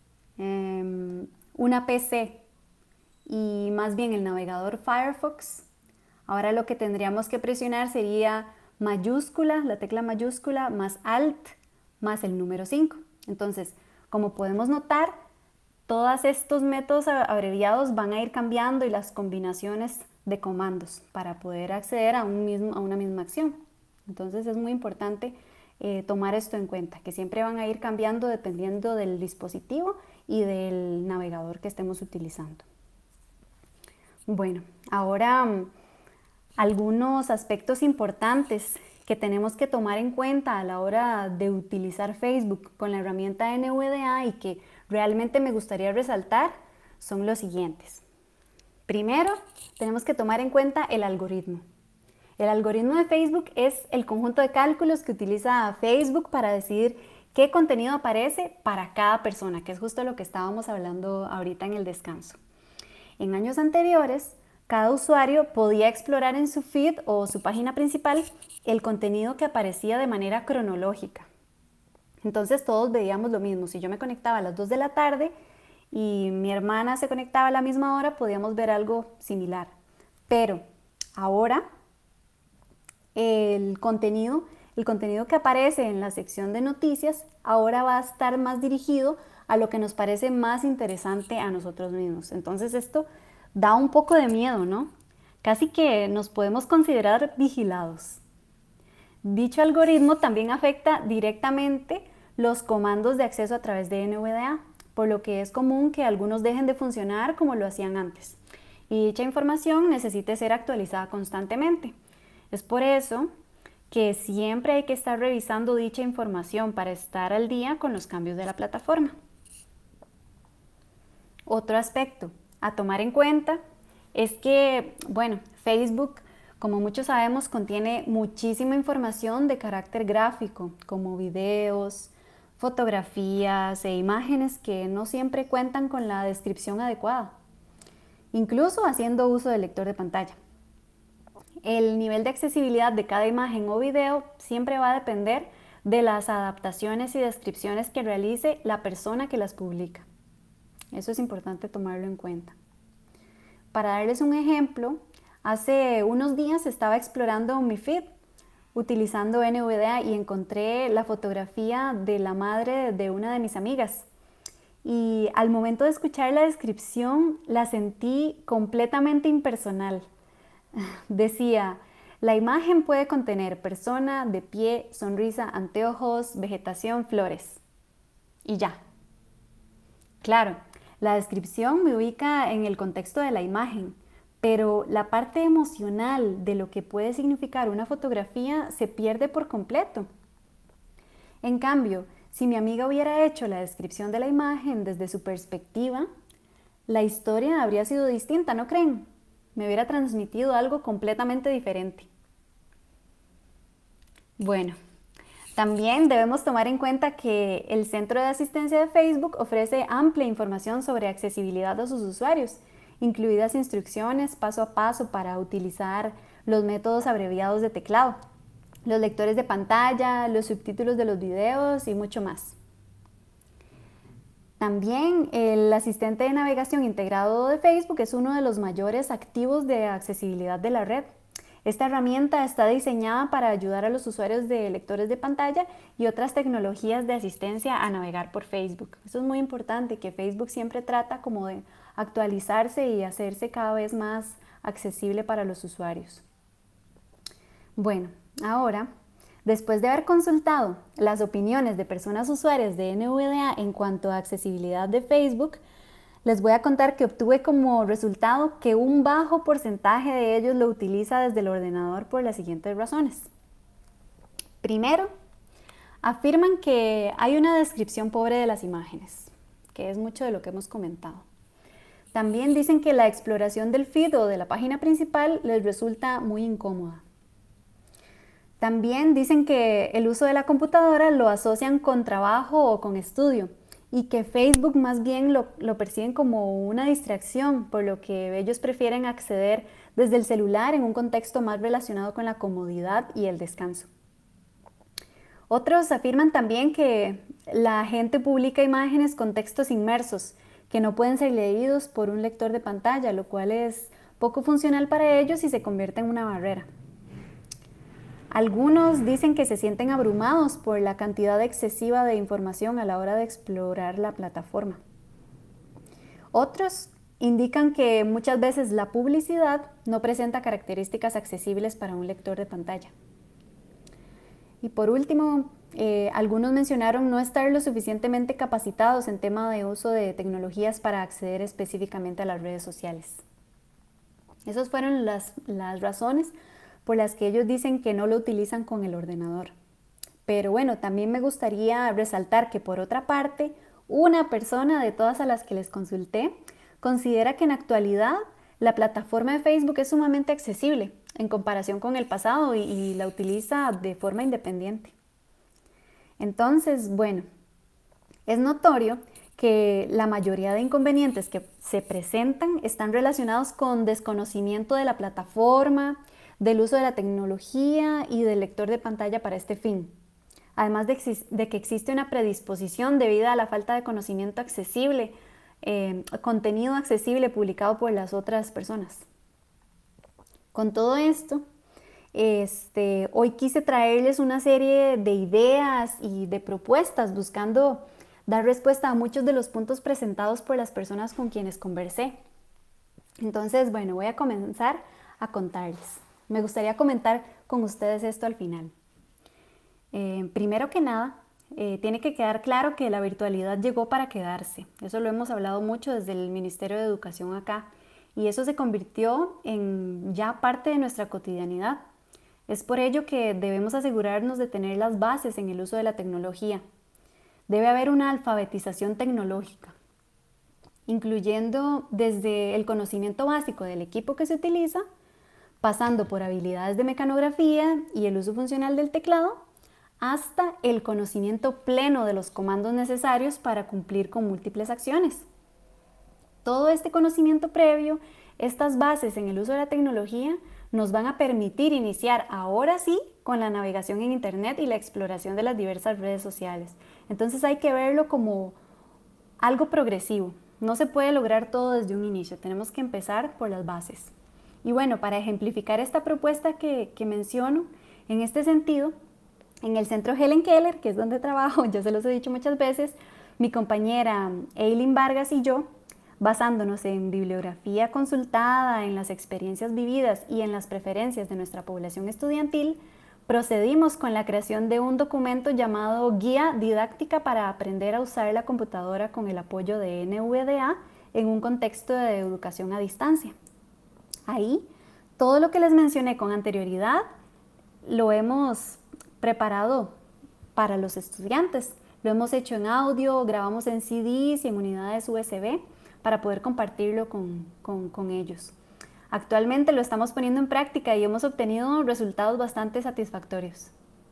una PC y más bien el navegador Firefox, ahora lo que tendríamos que presionar sería mayúscula, la tecla mayúscula más Alt más el número 5. Entonces, como podemos notar, todos estos métodos abreviados van a ir cambiando y las combinaciones de comandos para poder acceder a una misma acción. Entonces es muy importante tomar esto en cuenta, que siempre van a ir cambiando dependiendo del dispositivo y del navegador que estemos utilizando. Bueno, ahora algunos aspectos importantes que tenemos que tomar en cuenta a la hora de utilizar Facebook con la herramienta NVDA y que realmente me gustaría resaltar son los siguientes. Primero, tenemos que tomar en cuenta el algoritmo. El algoritmo de Facebook es el conjunto de cálculos que utiliza Facebook para decidir qué contenido aparece para cada persona, que es justo lo que estábamos hablando ahorita en el descanso. En años anteriores, cada usuario podía explorar en su feed o su página principal el contenido que aparecía de manera cronológica. Entonces todos veíamos lo mismo. Si yo me conectaba a las 2 de la tarde y mi hermana se conectaba a la misma hora, podíamos ver algo similar. Pero ahora el contenido que aparece en la sección de noticias ahora va a estar más dirigido a lo que nos parece más interesante a nosotros mismos. Entonces esto da un poco de miedo, ¿no? Casi que nos podemos considerar vigilados. Dicho algoritmo también afecta directamente los comandos de acceso a través de NVDA, por lo que es común que algunos dejen de funcionar como lo hacían antes. Y dicha información necesite ser actualizada constantemente. Es por eso que siempre hay que estar revisando dicha información para estar al día con los cambios de la plataforma. Otro aspecto a tomar en cuenta es que, Facebook, como muchos sabemos, contiene muchísima información de carácter gráfico, como videos, fotografías e imágenes que no siempre cuentan con la descripción adecuada, incluso haciendo uso del lector de pantalla. El nivel de accesibilidad de cada imagen o video siempre va a depender de las adaptaciones y descripciones que realice la persona que las publica. Eso es importante tomarlo en cuenta. Para darles un ejemplo, hace unos días estaba explorando mi feed utilizando NVDA y encontré la fotografía de la madre de una de mis amigas. Y al momento de escuchar la descripción, la sentí completamente impersonal. Decía, la imagen puede contener persona, de pie, sonrisa, anteojos, vegetación, flores. Y ya. Claro, la descripción me ubica en el contexto de la imagen, pero la parte emocional de lo que puede significar una fotografía se pierde por completo. En cambio, si mi amiga hubiera hecho la descripción de la imagen desde su perspectiva, la historia habría sido distinta, ¿no creen? Me hubiera transmitido algo completamente diferente. Bueno, también debemos tomar en cuenta que el Centro de Asistencia de Facebook ofrece amplia información sobre accesibilidad a sus usuarios, incluidas instrucciones paso a paso para utilizar los métodos abreviados de teclado, los lectores de pantalla, los subtítulos de los videos y mucho más. También el asistente de navegación integrado de Facebook es uno de los mayores activos de accesibilidad de la red. Esta herramienta está diseñada para ayudar a los usuarios de lectores de pantalla y otras tecnologías de asistencia a navegar por Facebook. Eso es muy importante, que Facebook siempre trata como de actualizarse y hacerse cada vez más accesible para los usuarios. Bueno, ahora, después de haber consultado las opiniones de personas usuarias de NVDA en cuanto a accesibilidad de Facebook, les voy a contar que obtuve como resultado que un bajo porcentaje de ellos lo utiliza desde el ordenador por las siguientes razones. Primero, afirman que hay una descripción pobre de las imágenes, que es mucho de lo que hemos comentado. También dicen que la exploración del feed o de la página principal les resulta muy incómoda. También dicen que el uso de la computadora lo asocian con trabajo o con estudio y que Facebook más bien lo perciben como una distracción, por lo que ellos prefieren acceder desde el celular en un contexto más relacionado con la comodidad y el descanso. Otros afirman también que la gente publica imágenes con textos inmersos que no pueden ser leídos por un lector de pantalla, lo cual es poco funcional para ellos y se convierte en una barrera. Algunos dicen que se sienten abrumados por la cantidad excesiva de información a la hora de explorar la plataforma. Otros indican que muchas veces la publicidad no presenta características accesibles para un lector de pantalla. Y por último, algunos mencionaron no estar lo suficientemente capacitados en tema de uso de tecnologías para acceder específicamente a las redes sociales. Esas fueron las razones por las que ellos dicen que no lo utilizan con el ordenador. Pero bueno, también me gustaría resaltar que por otra parte, una persona de todas a las que les consulté considera que en la actualidad la plataforma de Facebook es sumamente accesible en comparación con el pasado y la utiliza de forma independiente. Entonces, bueno, es notorio que la mayoría de inconvenientes que se presentan están relacionados con desconocimiento de la plataforma, del uso de la tecnología y del lector de pantalla para este fin. Además de que existe una predisposición debido a la falta de conocimiento accesible, contenido accesible publicado por las otras personas. Con todo esto, hoy quise traerles una serie de ideas y de propuestas buscando dar respuesta a muchos de los puntos presentados por las personas con quienes conversé. Entonces, bueno, voy a comenzar a contarles. Me gustaría comentar con ustedes esto al final. Primero que nada, tiene que quedar claro que la virtualidad llegó para quedarse. Eso lo hemos hablado mucho desde el Ministerio de Educación acá, y eso se convirtió en ya parte de nuestra cotidianidad. Es por ello que debemos asegurarnos de tener las bases en el uso de la tecnología. Debe haber una alfabetización tecnológica, incluyendo desde el conocimiento básico del equipo que se utiliza, pasando por habilidades de mecanografía y el uso funcional del teclado, hasta el conocimiento pleno de los comandos necesarios para cumplir con múltiples acciones. Todo este conocimiento previo, estas bases en el uso de la tecnología, nos van a permitir iniciar ahora sí con la navegación en Internet y la exploración de las diversas redes sociales. Entonces hay que verlo como algo progresivo. No se puede lograr todo desde un inicio, tenemos que empezar por las bases. Y bueno, para ejemplificar esta propuesta que menciono, en este sentido, en el Centro Helen Keller, que es donde trabajo, ya se los he dicho muchas veces, mi compañera Eileen Vargas y yo, basándonos en bibliografía consultada, en las experiencias vividas y en las preferencias de nuestra población estudiantil, procedimos con la creación de un documento llamado Guía Didáctica para aprender a usar la computadora con el apoyo de NVDA en un contexto de educación a distancia. Ahí, todo lo que les mencioné con anterioridad lo hemos preparado para los estudiantes. Lo hemos hecho en audio, grabamos en CDs y en unidades USB para poder compartirlo con ellos. Actualmente lo estamos poniendo en práctica y hemos obtenido resultados bastante satisfactorios.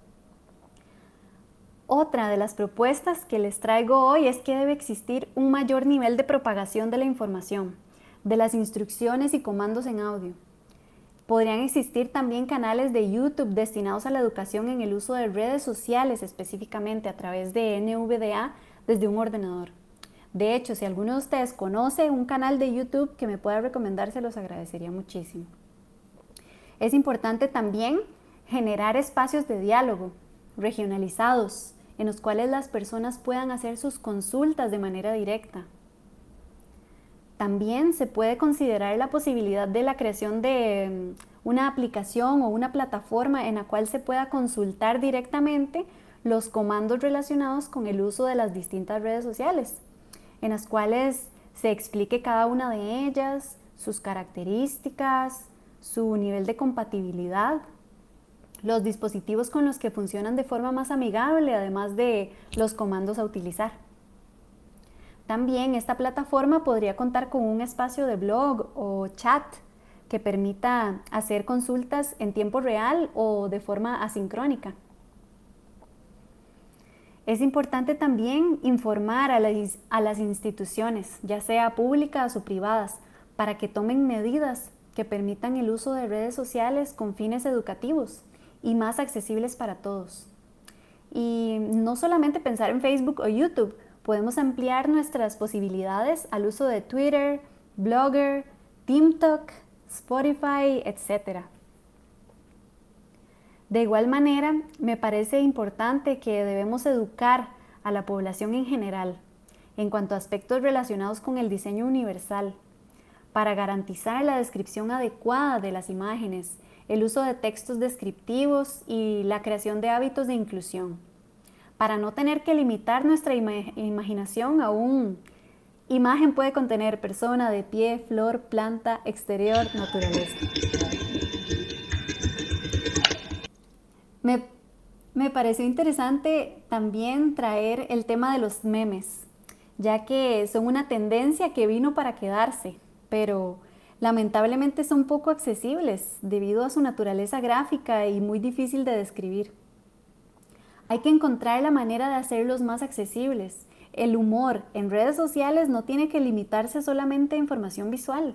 Otra de las propuestas que les traigo hoy es que debe existir un mayor nivel de propagación de la información, de las instrucciones y comandos en audio. Podrían existir también canales de YouTube destinados a la educación en el uso de redes sociales, específicamente a través de NVDA desde un ordenador. De hecho, si alguno de ustedes conoce un canal de YouTube que me pueda recomendar, se los agradecería muchísimo. Es importante también generar espacios de diálogo regionalizados, en los cuales las personas puedan hacer sus consultas de manera directa. También se puede considerar la posibilidad de la creación de una aplicación o una plataforma en la cual se pueda consultar directamente los comandos relacionados con el uso de las distintas redes sociales, en las cuales se explique cada una de ellas, sus características, su nivel de compatibilidad, los dispositivos con los que funcionan de forma más amigable, además de los comandos a utilizar. También esta plataforma podría contar con un espacio de blog o chat que permita hacer consultas en tiempo real o de forma asincrónica. Es importante también informar a las instituciones, ya sea públicas o privadas, para que tomen medidas que permitan el uso de redes sociales con fines educativos y más accesibles para todos. Y no solamente pensar en Facebook o YouTube, podemos ampliar nuestras posibilidades al uso de Twitter, Blogger, TeamTalk, Spotify, etc. De igual manera, me parece importante que debemos educar a la población en general en cuanto a aspectos relacionados con el diseño universal, para garantizar la descripción adecuada de las imágenes, el uso de textos descriptivos y la creación de hábitos de inclusión, para no tener que limitar nuestra imaginación a un imagen puede contener persona, de pie, flor, planta, exterior, naturaleza. Me pareció interesante también traer el tema de los memes, ya que son una tendencia que vino para quedarse, pero lamentablemente son poco accesibles debido a su naturaleza gráfica y muy difícil de describir. Hay que encontrar la manera de hacerlos más accesibles. El humor en redes sociales no tiene que limitarse solamente a información visual.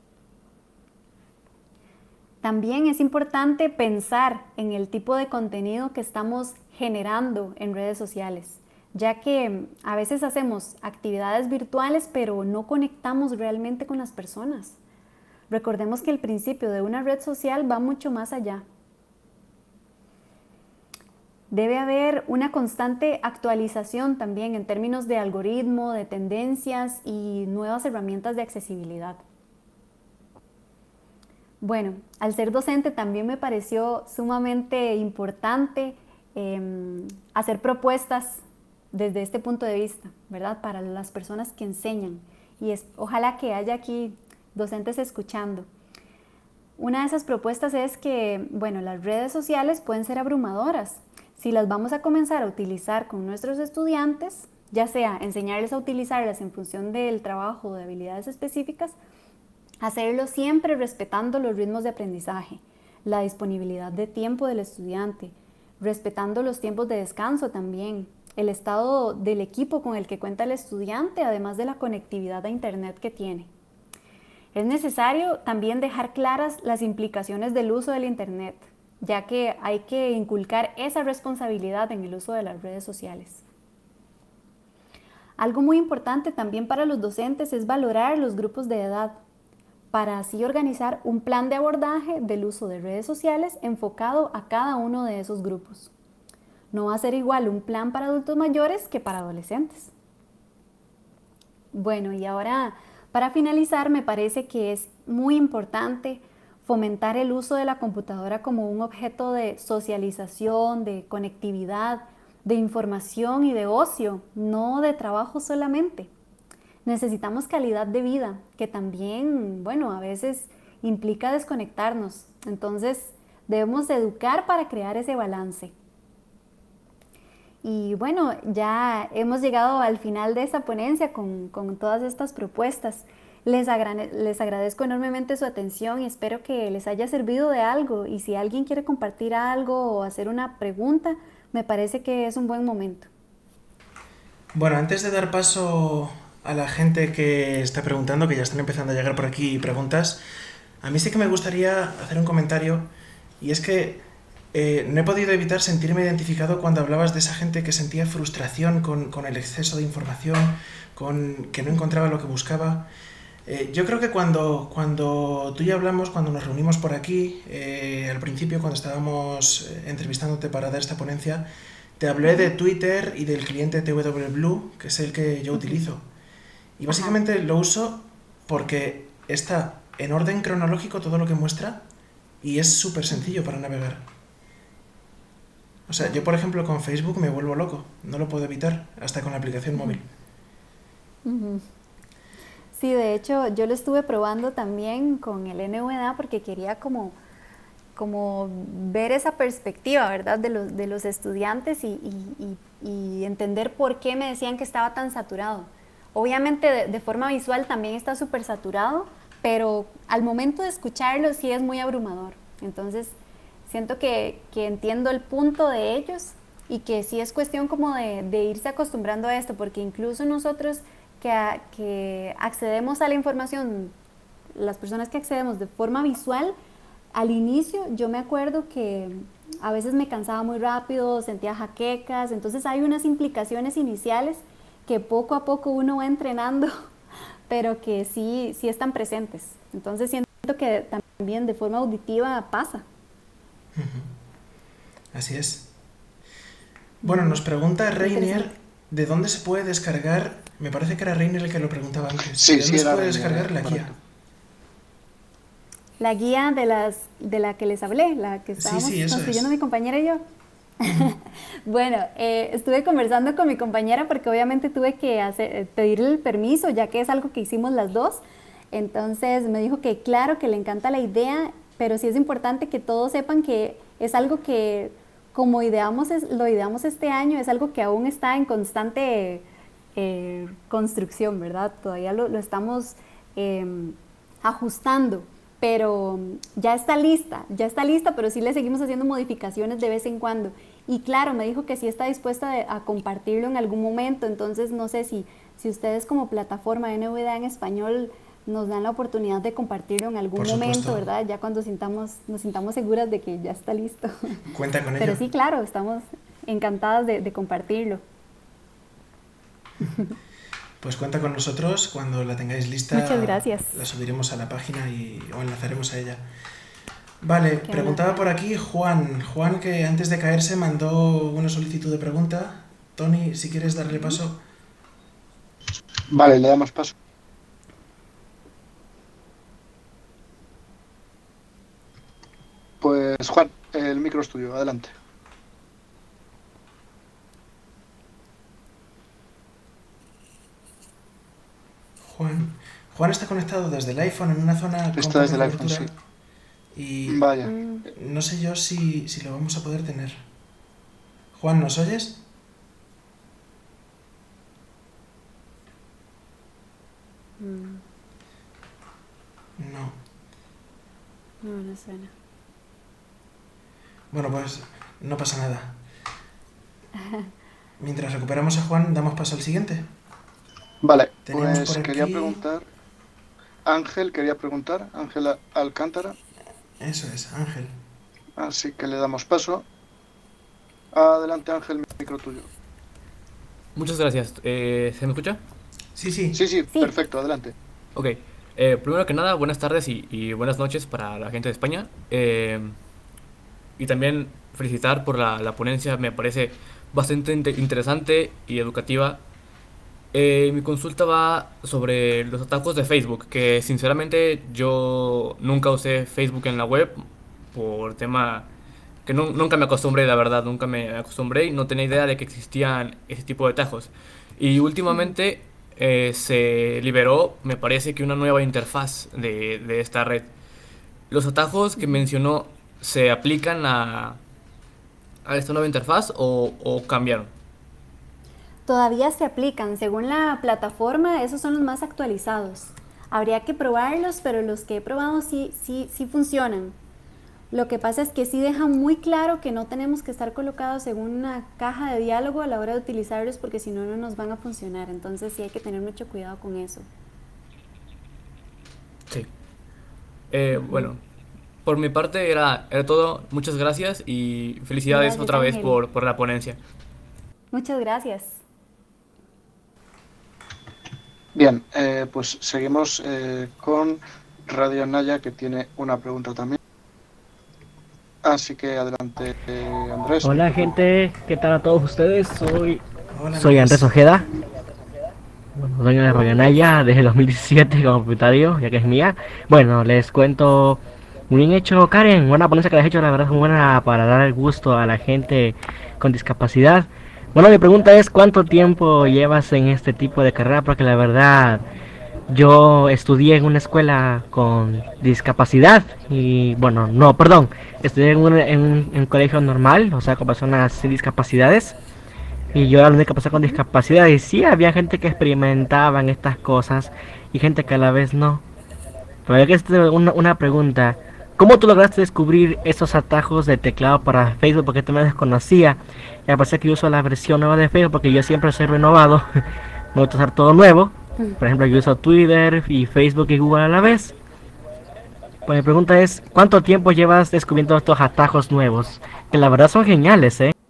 También es importante pensar en el tipo de contenido que estamos generando en redes sociales, ya que a veces hacemos actividades virtuales pero no conectamos realmente con las personas. Recordemos que el principio de una red social va mucho más allá. Debe haber una constante actualización también en términos de algoritmo, de tendencias y nuevas herramientas de accesibilidad. Bueno, al ser docente también me pareció sumamente importante hacer propuestas desde este punto de vista, ¿verdad? Para las personas que enseñan. Y ojalá que haya aquí docentes escuchando. Una de esas propuestas es que, bueno, las redes sociales pueden ser abrumadoras. Si las vamos a comenzar a utilizar con nuestros estudiantes, ya sea enseñarles a utilizarlas en función del trabajo o de habilidades específicas, hacerlo siempre respetando los ritmos de aprendizaje, la disponibilidad de tiempo del estudiante, respetando los tiempos de descanso también, el estado del equipo con el que cuenta el estudiante, además de la conectividad a internet que tiene. Es necesario también dejar claras las implicaciones del uso del internet, ya que hay que inculcar esa responsabilidad en el uso de las redes sociales. Algo muy importante también para los docentes es valorar los grupos de edad, para así organizar un plan de abordaje del uso de redes sociales enfocado a cada uno de esos grupos. No va a ser igual un plan para adultos mayores que para adolescentes. Bueno, y ahora para finalizar me parece que es muy importante fomentar el uso de la computadora como un objeto de socialización, de conectividad, de información y de ocio, no de trabajo solamente. Necesitamos calidad de vida, que también, bueno, a veces implica desconectarnos. Entonces, debemos educar para crear ese balance. Y bueno, ya hemos llegado al final de esta ponencia con todas estas propuestas. Les agradezco enormemente su atención y espero que les haya servido de algo. Y si alguien quiere compartir algo o hacer una pregunta, me parece que es un buen momento. Bueno, antes de dar paso a la gente que está preguntando, que ya están empezando a llegar por aquí preguntas, a mí sí que me gustaría hacer un comentario, y es que no he podido evitar sentirme identificado cuando hablabas de esa gente que sentía frustración con el exceso de información, con que no encontraba lo que buscaba. Yo creo que cuando tú y yo hablamos, cuando nos reunimos por aquí, al principio cuando estábamos entrevistándote para dar esta ponencia, te hablé de Twitter y del cliente TW Blue, que es el que yo utilizo. Y básicamente lo uso porque está en orden cronológico todo lo que muestra y es súper sencillo para navegar. O sea, yo por ejemplo con Facebook me vuelvo loco, no lo puedo evitar, hasta con la aplicación móvil. Sí, de hecho yo lo estuve probando también con el NVDA porque quería como ver esa perspectiva, ¿verdad? de los estudiantes y entender por qué me decían que estaba tan saturado. Obviamente de forma visual también está súper saturado, pero al momento de escucharlo sí es muy abrumador. Entonces siento que entiendo el punto de ellos y que sí es cuestión como de irse acostumbrando a esto, porque incluso nosotros que accedemos a la información, las personas que accedemos de forma visual, al inicio yo me acuerdo que a veces me cansaba muy rápido, sentía jaquecas, entonces hay unas implicaciones iniciales que poco a poco uno va entrenando, pero que sí están presentes. Entonces siento que también de forma auditiva pasa. Así es. Bueno, nos pregunta Reinier, ¿de dónde se puede descargar? Me parece que era Reinier el que lo preguntaba antes. Sí, ¿De dónde se puede Reinier, descargar la guía? correcto. La guía de la que les hablé, la que estábamos construyendo mi compañera y yo. Bueno, estuve conversando con mi compañera porque obviamente tuve que pedirle el permiso, ya que es algo que hicimos las dos. Entonces me dijo que claro, que le encanta la idea, pero sí es importante que todos sepan que es algo que, como lo ideamos este año, es algo que aún está en constante construcción, ¿verdad? Todavía lo estamos ajustando, pero ya está lista, pero sí le seguimos haciendo modificaciones de vez en cuando. Y claro, me dijo que sí está dispuesta a compartirlo en algún momento, entonces no sé si ustedes como plataforma de NVDA en español nos dan la oportunidad de compartirlo en algún momento, ¿verdad? Ya cuando nos sintamos seguras de que ya está listo. Cuenta con ello. Pero sí, claro, estamos encantadas de compartirlo. Pues cuenta con nosotros, cuando la tengáis lista. Muchas gracias. La subiremos a la página o enlazaremos a ella. Vale, preguntaba por aquí Juan, que antes de caerse mandó una solicitud de pregunta. Tony, si quieres darle paso. Vale, le damos paso. Pues Juan, el micro es tuyo, adelante. Juan está conectado desde el iPhone en una zona con Está desde el iPhone, sí. Y vaya. No sé yo si lo vamos a poder tener. Juan, ¿nos oyes? No. No suena. Bueno, pues no pasa nada. Mientras recuperamos a Juan, damos paso al siguiente. Vale, Tenemos pues por quería aquí... preguntar, Ángel Alcántara. Eso es, Ángel. Así que le damos paso. Adelante, Ángel, micro tuyo. Muchas gracias. ¿Se me escucha? Sí, perfecto, adelante. Ok. Primero que nada, buenas tardes y buenas noches para la gente de España. Y también felicitar por la ponencia, me parece bastante interesante y educativa. Mi consulta va sobre los atajos de Facebook, que sinceramente yo nunca usé Facebook en la web por tema que nunca me acostumbré, la verdad, nunca me acostumbré y no tenía idea de que existían ese tipo de atajos. Y últimamente se liberó, me parece que una nueva interfaz de esta red. ¿Los atajos que mencionó se aplican a esta nueva interfaz o cambiaron? Todavía se aplican, según la plataforma, esos son los más actualizados. Habría que probarlos, pero los que he probado sí funcionan. Lo que pasa es que sí dejan muy claro que no tenemos que estar colocados en una caja de diálogo a la hora de utilizarlos, porque si no, no nos van a funcionar. Entonces sí hay que tener mucho cuidado con eso. Sí. Bueno, por mi parte era todo. Muchas gracias y felicidades Gracias, otra vez Ángel. por la ponencia. Muchas gracias. Bien, pues seguimos con Radio Naya, que tiene una pregunta también. Así que adelante, Andrés. Hola gente, ¿qué tal a todos ustedes? Soy Hola, Andrés Ojeda, dueño de Radio Naya desde el 2017 como propietario, ya que es mía. Bueno, les cuento, muy bien hecho Karen, buena ponencia que les has hecho, la verdad es muy buena para dar el gusto a la gente con discapacidad. Bueno, mi pregunta es, ¿cuánto tiempo llevas en este tipo de carrera? Porque la verdad, yo estudié en una escuela con discapacidad y, bueno, no, perdón, estudié en un colegio normal, o sea, con personas sin discapacidades. Y yo era la única persona con discapacidad y sí, había gente que experimentaba en estas cosas y gente que a la vez no. Pero yo que tengo una pregunta. ¿Cómo tú lograste descubrir esos atajos de teclado para Facebook? Porque tú me desconocía. Y me parece que yo uso la versión nueva de Facebook porque yo siempre soy renovado. Me gusta usar todo nuevo. Por ejemplo, yo uso Twitter y Facebook y Google a la vez. Pues mi pregunta es, ¿cuánto tiempo llevas descubriendo estos atajos nuevos? Que la verdad son geniales, ¿eh?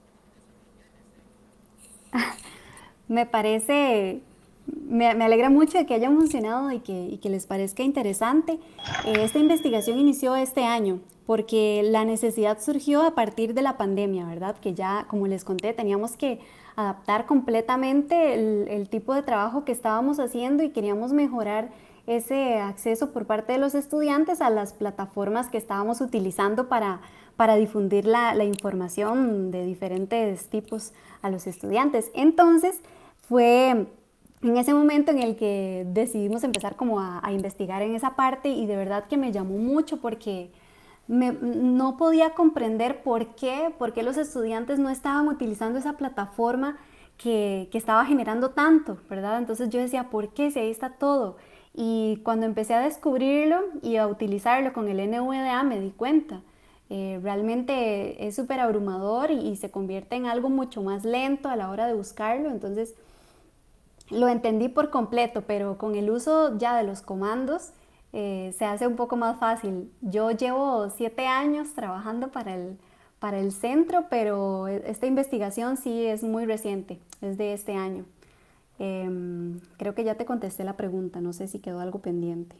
Me parece, me alegra mucho de que hayan funcionado y que les parezca interesante. Esta investigación inició este año porque la necesidad surgió a partir de la pandemia, ¿verdad? Que ya, como les conté, teníamos que adaptar completamente el tipo de trabajo que estábamos haciendo y queríamos mejorar ese acceso por parte de los estudiantes a las plataformas que estábamos utilizando para difundir la información de diferentes tipos a los estudiantes. Entonces, fue en ese momento en el que decidimos empezar como a investigar en esa parte y de verdad que me llamó mucho porque no podía comprender por qué los estudiantes no estaban utilizando esa plataforma que estaba generando tanto, ¿verdad? Entonces yo decía, ¿por qué? Si ahí está todo. Y cuando empecé a descubrirlo y a utilizarlo con el NVDA me di cuenta. Realmente es súper abrumador y se convierte en algo mucho más lento a la hora de buscarlo. Entonces lo entendí por completo, pero con el uso ya de los comandos se hace un poco más fácil. Yo llevo 7 años trabajando para el centro, pero esta investigación sí es muy reciente, es de este año. Creo que ya te contesté la pregunta, no sé si quedó algo pendiente.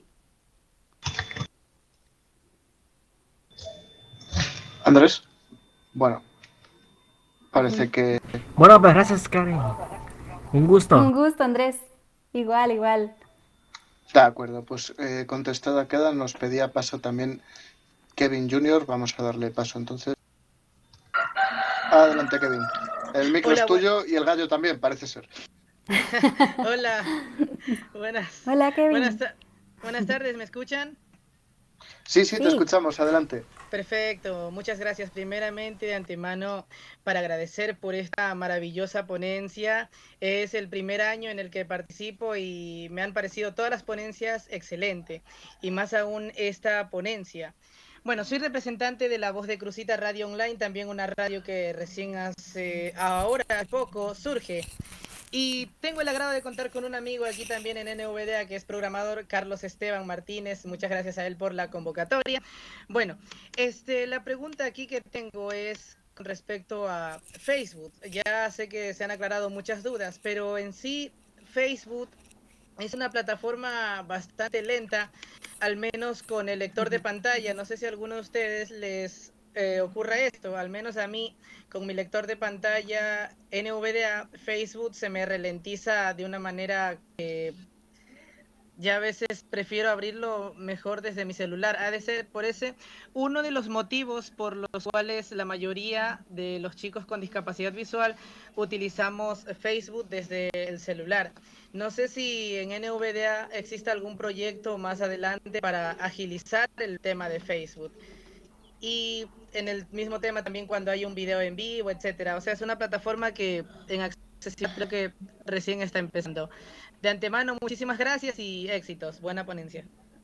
Andrés, bueno, parece que... Bueno, pues gracias, Karen. Un gusto. Un gusto, Andrés. Igual, igual. De acuerdo, pues contestada queda, nos pedía paso también Kevin Junior, vamos a darle paso entonces. Adelante, Kevin. El micro es tuyo y el gallo también, parece ser. Hola, buenas. Hola, Kevin. Buenas tardes, ¿me escuchan? Sí, te escuchamos, adelante. Perfecto, muchas gracias primeramente de antemano para agradecer por esta maravillosa ponencia. Es el primer año en el que participo y me han parecido todas las ponencias excelentes y más aún esta ponencia. Bueno, soy representante de La Voz de Crucita Radio Online, también una radio que recién ahora poco surge. Y tengo el agrado de contar con un amigo aquí también en NVDA que es programador, Carlos Esteban Martínez. Muchas gracias a él por la convocatoria. Bueno, la pregunta aquí que tengo es con respecto a Facebook. Ya sé que se han aclarado muchas dudas, pero en sí Facebook es una plataforma bastante lenta, al menos con el lector de pantalla. No sé si a alguno de ustedes les ocurra esto, al menos a mí con mi lector de pantalla NVDA, Facebook se me ralentiza de una manera que ya a veces prefiero abrirlo mejor desde mi celular. Ha de ser por ese uno de los motivos por los cuales la mayoría de los chicos con discapacidad visual utilizamos Facebook desde el celular. No sé si en NVDA existe algún proyecto más adelante para agilizar el tema de Facebook. Y en el mismo tema también cuando hay un video en vivo, etcétera. O sea, es una plataforma que en accesibilidad creo que recién está empezando. De antemano, muchísimas gracias y éxitos. Buena ponencia.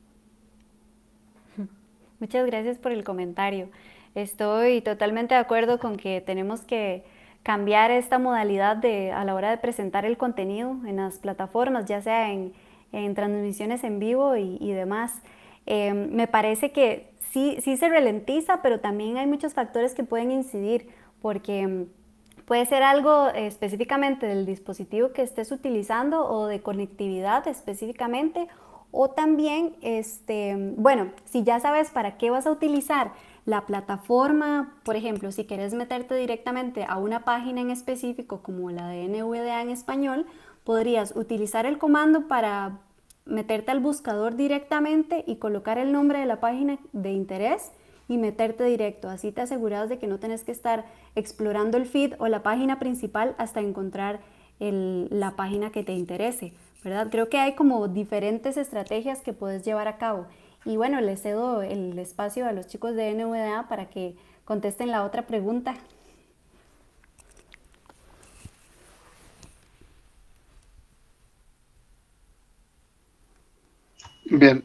Muchas gracias por el comentario. Estoy totalmente de acuerdo con que tenemos que cambiar esta modalidad a la hora de presentar el contenido en las plataformas, ya sea en transmisiones en vivo y demás. Me parece que sí se ralentiza, pero también hay muchos factores que pueden incidir, porque puede ser algo específicamente del dispositivo que estés utilizando o de conectividad específicamente, o también, bueno, si ya sabes para qué vas a utilizar la plataforma, por ejemplo, si quieres meterte directamente a una página en específico como la de NVDA en español, podrías utilizar el comando para meterte al buscador directamente y colocar el nombre de la página de interés y meterte directo. Así te aseguras de que no tenés que estar explorando el feed o la página principal hasta encontrar la página que te interese, ¿verdad? Creo que hay como diferentes estrategias que puedes llevar a cabo. Y bueno, les cedo el espacio a los chicos de NVDA para que contesten la otra pregunta. Bien,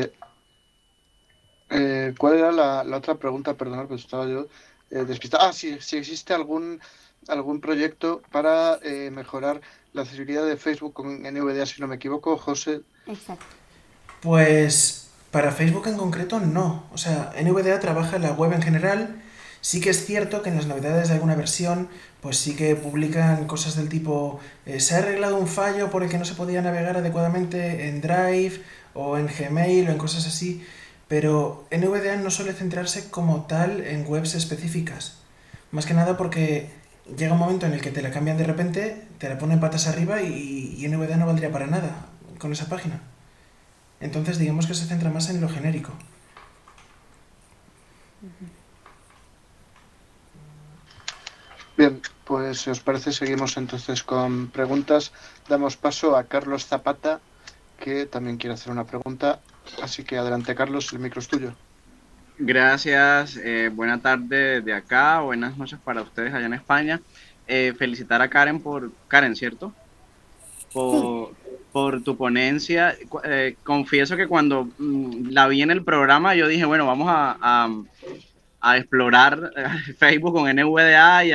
¿cuál era la otra pregunta? Perdón, pues estaba yo despistado. Si existe algún proyecto para mejorar la accesibilidad de Facebook con NVDA, si no me equivoco, José. Exacto. Pues para Facebook en concreto no. O sea, NVDA trabaja en la web en general. Sí que es cierto que en las novedades de alguna versión, pues sí que publican cosas del tipo se ha arreglado un fallo por el que no se podía navegar adecuadamente en Drive o en Gmail o en cosas así, pero NVDA no suele centrarse como tal en webs específicas. Más que nada porque llega un momento en el que te la cambian de repente, te la ponen patas arriba y NVDA no valdría para nada con esa página. Entonces digamos que se centra más en lo genérico. Bien, pues si os parece seguimos entonces con preguntas. Damos paso a Carlos Zapata, que también quiere hacer una pregunta. Así que adelante, Carlos, el micro es tuyo. Gracias, buena tarde de acá, buenas noches para ustedes allá en España. Felicitar a Karen ¿cierto? por tu ponencia. Confieso que cuando la vi en el programa, yo dije, bueno, vamos a explorar Facebook con NVDA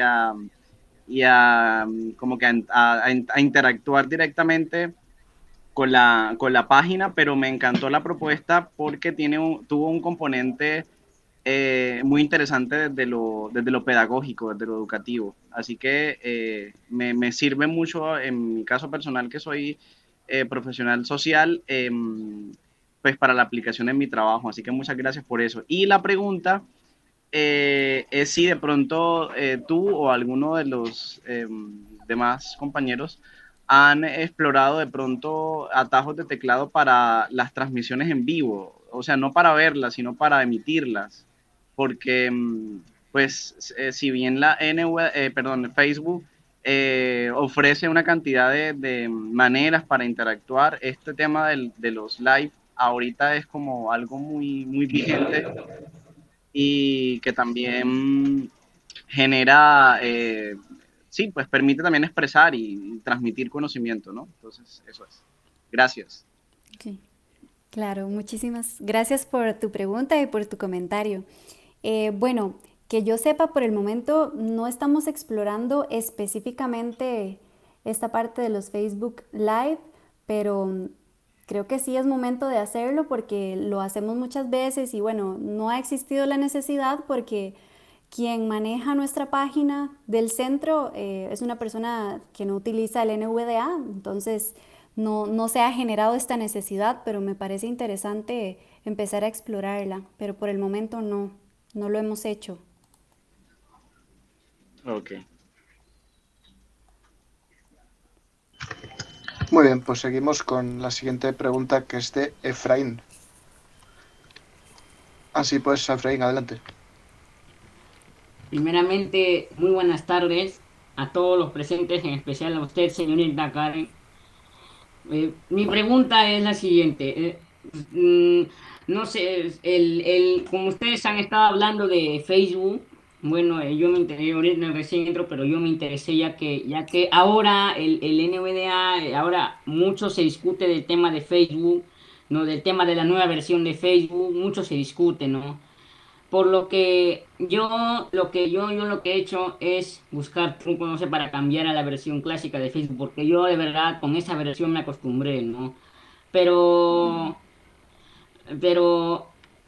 y a como que a interactuar directamente con la página, pero me encantó la propuesta porque tuvo un componente muy interesante desde lo pedagógico, desde lo educativo. Así que me sirve mucho en mi caso personal, que soy profesional social, pues para la aplicación en mi trabajo. Así que muchas gracias por eso. Y la pregunta es si de pronto tú o alguno de los demás compañeros han explorado de pronto atajos de teclado para las transmisiones en vivo, o sea, no para verlas, sino para emitirlas, porque pues si bien Facebook ofrece una cantidad de maneras para interactuar, este tema de los live ahorita es como algo muy, muy vigente y que también genera, sí, pues permite también expresar y transmitir conocimiento, ¿no? Entonces, eso es. Gracias. Sí, claro, muchísimas gracias por tu pregunta y por tu comentario. Bueno, que yo sepa, por el momento no estamos explorando específicamente esta parte de los Facebook Live, pero creo que sí es momento de hacerlo porque lo hacemos muchas veces y bueno, no ha existido la necesidad porque quien maneja nuestra página del centro es una persona que no utiliza el NVDA, entonces no se ha generado esta necesidad, pero me parece interesante empezar a explorarla, pero por el momento no lo hemos hecho. Ok. Muy bien, pues seguimos con la siguiente pregunta, que es de Efraín. Así pues, Efraín, adelante. Primeramente, muy buenas tardes a todos los presentes, en especial a usted, señorita Karen. Mi pregunta es la siguiente. No sé, como ustedes han estado hablando de Facebook, bueno, yo me enteré, ahorita recién entro, pero yo me interesé ya que ahora el NVDA, ahora mucho se discute del tema de Facebook, ¿no? Del tema de la nueva versión de Facebook, mucho se discute, ¿no? Por lo que he hecho es buscar trucos, no sé, para cambiar a la versión clásica de Facebook, porque yo de verdad con esa versión me acostumbré, ¿no? Pero, pero,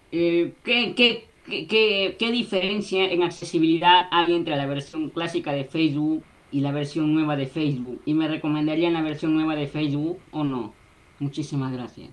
¿qué diferencia en accesibilidad hay entre la versión clásica de Facebook y la versión nueva de Facebook? ¿Y me recomendarían la versión nueva de Facebook o no? Muchísimas gracias.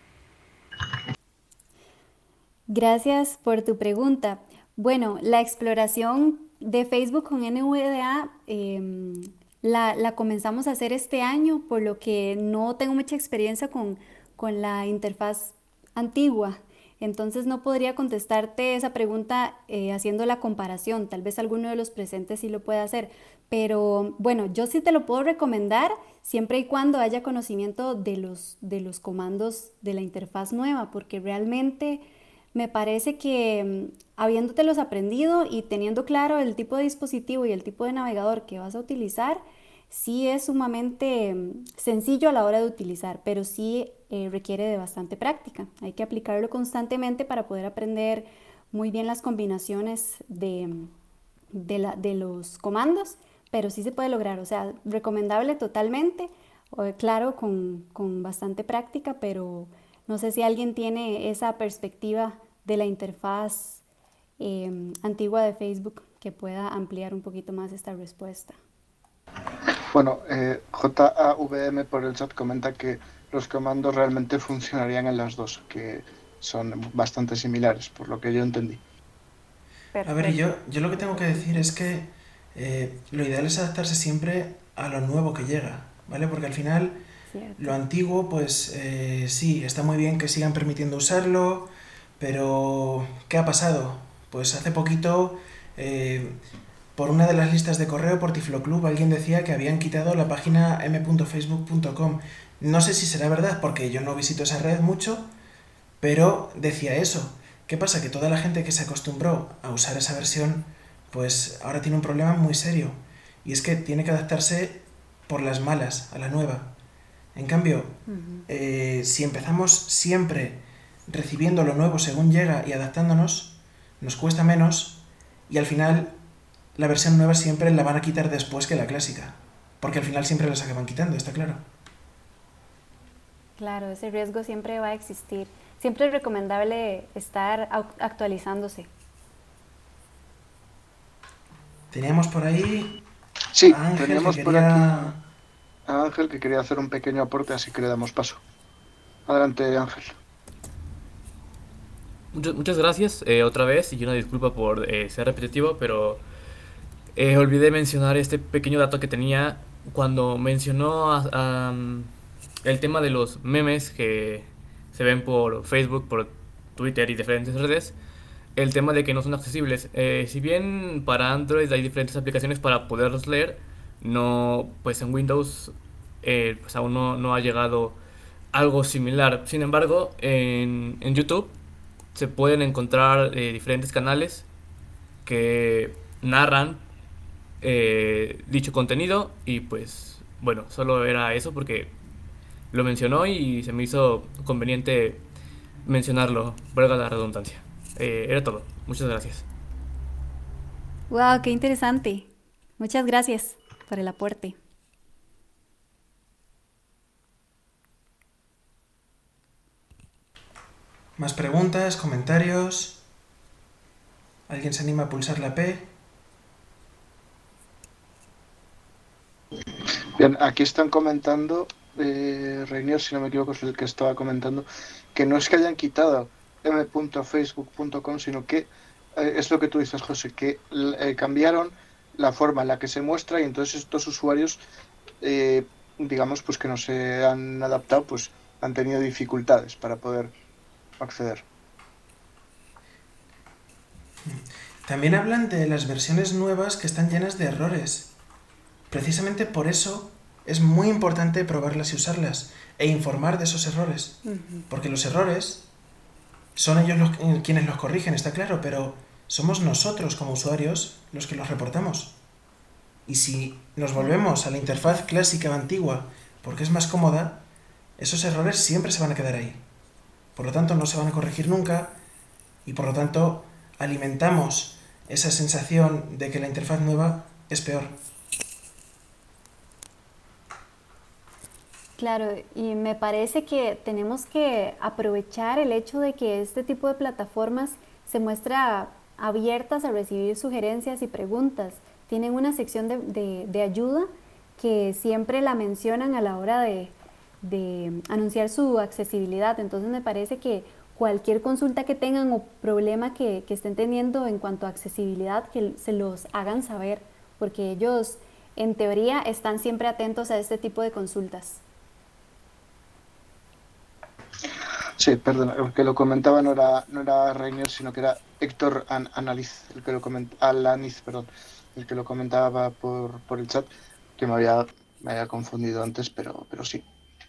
Gracias por tu pregunta. Bueno, la exploración de Facebook con NVDA la comenzamos a hacer este año, por lo que no tengo mucha experiencia con la interfaz antigua. Entonces no podría contestarte esa pregunta haciendo la comparación. Tal vez alguno de los presentes sí lo pueda hacer. Pero bueno, yo sí te lo puedo recomendar siempre y cuando haya conocimiento de los comandos de la interfaz nueva, porque realmente me parece que habiéndotelos aprendido y teniendo claro el tipo de dispositivo y el tipo de navegador que vas a utilizar, sí es sumamente sencillo a la hora de utilizar, pero sí requiere de bastante práctica. Hay que aplicarlo constantemente para poder aprender muy bien las combinaciones de los comandos, pero sí se puede lograr, o sea, recomendable totalmente, claro, con bastante práctica, pero no sé si alguien tiene esa perspectiva de la interfaz antigua de Facebook que pueda ampliar un poquito más esta respuesta. Bueno, JAVM por el chat comenta que los comandos realmente funcionarían en las dos, que son bastante similares, por lo que yo entendí. A ver, yo lo que tengo que decir es que lo ideal es adaptarse siempre a lo nuevo que llega, ¿vale? Porque al final lo antiguo, pues sí, está muy bien que sigan permitiendo usarlo, pero ¿qué ha pasado? Pues hace poquito, por una de las listas de correo por Tifloclub, alguien decía que habían quitado la página m.facebook.com. No sé si será verdad, porque yo no visito esa red mucho, pero decía eso. ¿Qué pasa? Que toda la gente que se acostumbró a usar esa versión, pues ahora tiene un problema muy serio. Y es que tiene que adaptarse por las malas a la nueva. En cambio, si empezamos siempre recibiendo lo nuevo según llega y adaptándonos, nos cuesta menos y al final la versión nueva siempre la van a quitar después que la clásica, porque al final siempre las acaban quitando, está claro. Claro, ese riesgo siempre va a existir. Siempre es recomendable estar actualizándose. Teníamos por ahí Sí, a Ángel teníamos que por quería... aquí a Ángel que quería hacer un pequeño aporte, así que le damos paso. Adelante, Ángel. Muchas gracias otra vez y una disculpa por ser repetitivo, pero olvidé mencionar este pequeño dato que tenía cuando mencionó el tema de los memes que se ven por Facebook, por Twitter y diferentes redes. El tema de que no son accesibles. Si bien para Android hay diferentes aplicaciones para poderlos leer, no, pues en Windows pues aún no ha llegado algo similar. Sin embargo, en YouTube se pueden encontrar diferentes canales que narran dicho contenido y pues bueno, solo era eso porque lo mencionó y se me hizo conveniente mencionarlo, valga la redundancia. Era todo. Muchas gracias. ¡Wow! ¡Qué interesante! Muchas gracias por el aporte. Más preguntas, comentarios. ¿Alguien se anima a pulsar la P? Bien, aquí están comentando, Reinier, si no me equivoco, es el que estaba comentando, que no es que hayan quitado m.facebook.com, sino que es lo que tú dices, José, que cambiaron la forma en la que se muestra y entonces estos usuarios, digamos, pues que no se han adaptado, pues han tenido dificultades para poder acceder. También hablan de las versiones nuevas que están llenas de errores. Precisamente por eso es muy importante probarlas y usarlas e informar de esos errores. Porque los errores son ellos quienes los corrigen, está claro, pero somos nosotros como usuarios los que los reportamos. Y si nos volvemos a la interfaz clásica o antigua porque es más cómoda, esos errores siempre se van a quedar ahí. Por lo tanto, no se van a corregir nunca y por lo tanto alimentamos esa sensación de que la interfaz nueva es peor. Claro, y me parece que tenemos que aprovechar el hecho de que este tipo de plataformas se muestra abiertas a recibir sugerencias y preguntas. Tienen una sección de ayuda que siempre la mencionan a la hora de anunciar su accesibilidad. Entonces me parece que cualquier consulta que tengan o problema que estén teniendo en cuanto a accesibilidad, que se los hagan saber, porque ellos en teoría están siempre atentos a este tipo de consultas. Sí, perdón, el que lo comentaba no era Reinier, sino que era Héctor Alaniz, el que lo comentaba por el chat, que me había confundido antes, pero sí.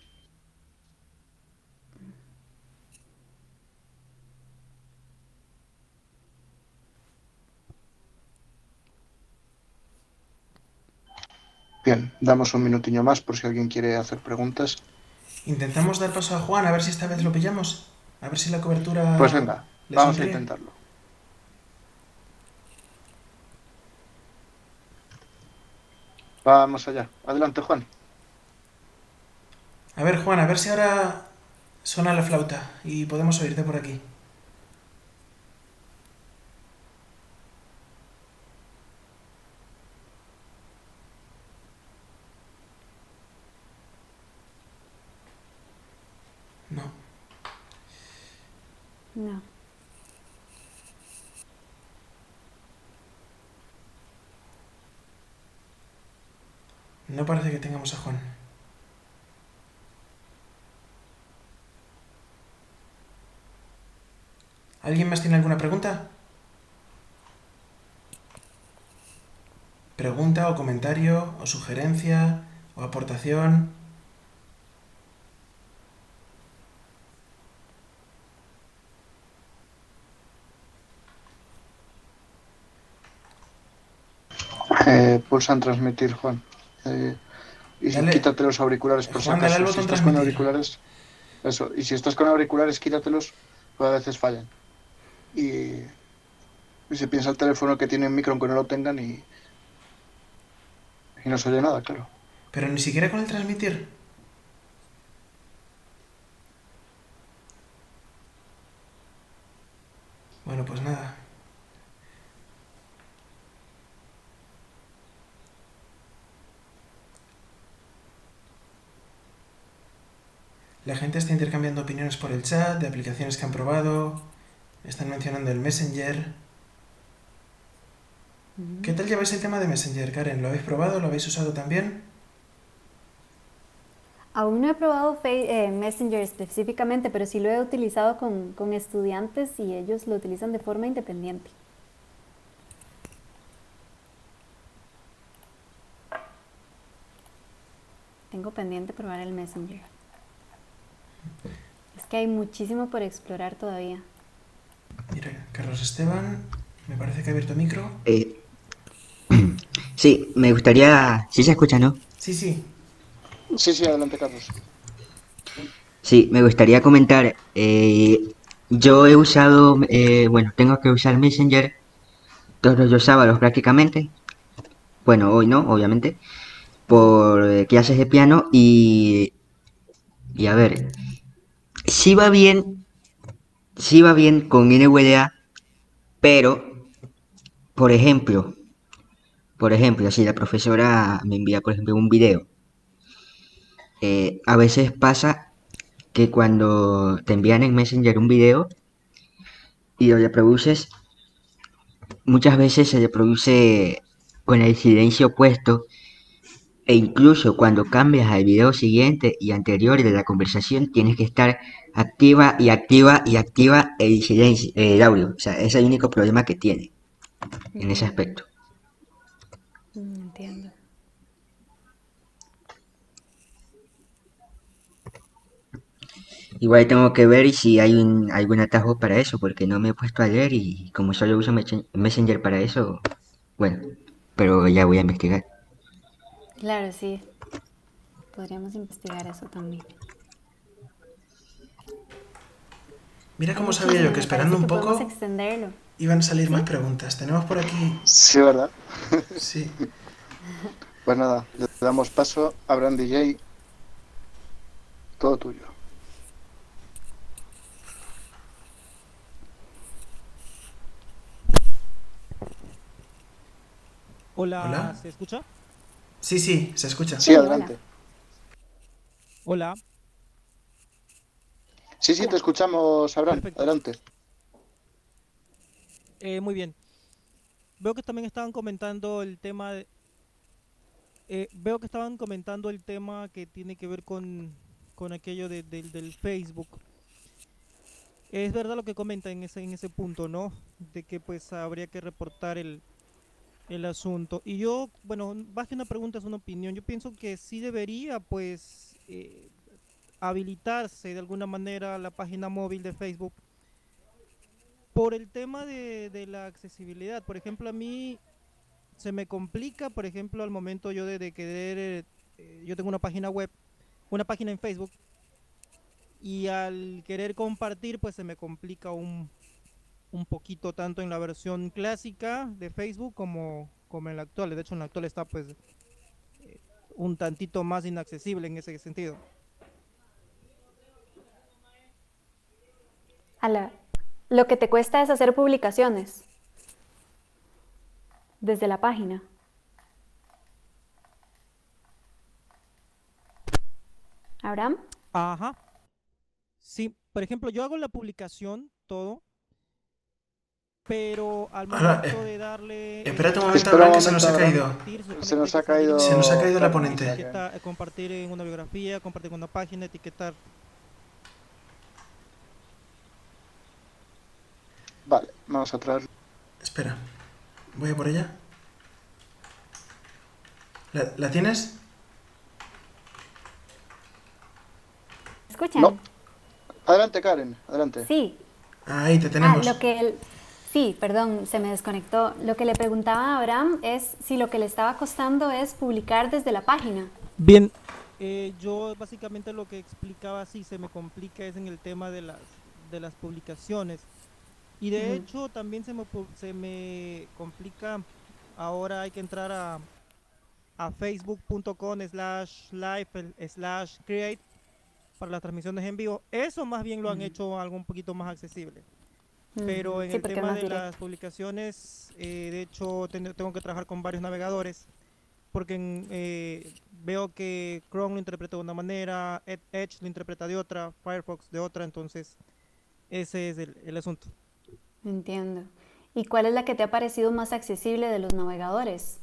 Bien, damos un minutillo más por si alguien quiere hacer preguntas. Intentamos dar paso a Juan, a ver si esta vez lo pillamos. A ver si la cobertura Pues venga, le vamos sonríe. a intentarlo. Vamos allá. Adelante, Juan. A ver, Juan, a ver si ahora suena la flauta y podemos oírte por aquí. No. No. No parece que tengamos a Juan. ¿Alguien más tiene alguna pregunta? Pregunta o comentario o sugerencia o aportación. Pulsan transmitir, Juan. Y Dale. quítate los auriculares por si Juan, dale al acaso. Si botón estás con transmitir. auriculares, eso. Y si estás con auriculares, quítatelos, pues a veces fallan. Y se piensa el teléfono que tiene un micro aunque no lo tengan y no se oye nada, claro. Pero ni siquiera con el transmitir. Bueno, pues nada. La gente está intercambiando opiniones por el chat, de aplicaciones que han probado. Están mencionando el Messenger. ¿Qué tal lleváis el tema de Messenger, Karen? ¿Lo habéis probado? ¿Lo habéis usado también? Aún no he probado Messenger específicamente, pero sí lo he utilizado con estudiantes y ellos lo utilizan de forma independiente. Tengo pendiente probar el Messenger. Es que hay muchísimo por explorar todavía. Mira, Carlos Esteban, me parece que ha abierto micro. Sí, me gustaría... ¿Sí se escucha, no? Sí, sí. Sí, adelante, Carlos. Sí, me gustaría comentar. Yo he usado... bueno, tengo que usar Messenger todos los sábados prácticamente. Bueno, hoy no, obviamente. Por clases de piano y a ver... Sí va bien con NVDA, pero, por ejemplo, si la profesora me envía, por ejemplo, un video, a veces pasa que cuando te envían en Messenger un video y lo reproduces, muchas veces se reproduce con el silencio puesto, e incluso cuando cambias al video siguiente y anterior de la conversación, tienes que estar activa el silencio, el audio. O sea, es el único problema que tiene en ese aspecto. Entiendo. Igual tengo que ver si hay algún atajo para eso, porque no me he puesto a leer y como solo uso Messenger para eso, bueno, pero ya voy a investigar. Claro, sí. Podríamos investigar eso también. Mira cómo sabía yo que esperando un poco podemos extenderlo. iban a salir más preguntas. Tenemos por aquí... Sí, ¿verdad? Sí. Pues nada, le damos paso a Abraham DJ. Todo tuyo. Hola, ¿se escucha? Sí, se escucha. Sí, adelante. Hola. Sí, te escuchamos, Abraham. Perfecto. Adelante. Muy bien. Veo que también estaban comentando el tema que tiene que ver con aquello del Facebook. Es verdad lo que comenta en ese punto, ¿no? De que pues habría que reportar el asunto. Y yo, bueno, más que una pregunta es una opinión. Yo pienso que sí debería pues habilitarse de alguna manera la página móvil de Facebook por el tema de la accesibilidad. Por ejemplo, a mí se me complica, por ejemplo, al momento yo de querer, yo tengo una página web, una página en Facebook, y al querer compartir, pues se me complica un poquito, tanto en la versión clásica de Facebook como en la actual. De hecho, en la actual está pues un tantito más inaccesible en ese sentido. Lo que te cuesta es hacer publicaciones desde la página. ¿Abraham? Ajá. Sí, por ejemplo, yo hago la publicación, todo, pero al momento de darle... Espérate un momento, Abraham, que se nos ha caído. Se nos ha caído... Se nos ha caído la ponente. Compartir en una biografía, compartir en una página, etiquetar. Vale, vamos a traer... Espera, voy a por ella. ¿La tienes? ¿Escuchan? No. Adelante, Karen, adelante. Sí. Ahí te tenemos. Sí, perdón, se me desconectó. Lo que le preguntaba a Abraham es si lo que le estaba costando es publicar desde la página. Bien, yo básicamente lo que explicaba, si se me complica, es en el tema de las publicaciones. Y de hecho también se me complica, ahora hay que entrar a facebook.com/live/create para las transmisiones en vivo. Eso más bien lo han hecho algo un poquito más accesible. Pero en Sí, el porque es tema más de directo. las publicaciones, de hecho tengo que trabajar con varios navegadores, porque veo que Chrome lo interpreta de una manera, Edge lo interpreta de otra, Firefox de otra, entonces ese es el asunto. Entiendo. ¿Y cuál es la que te ha parecido más accesible de los navegadores?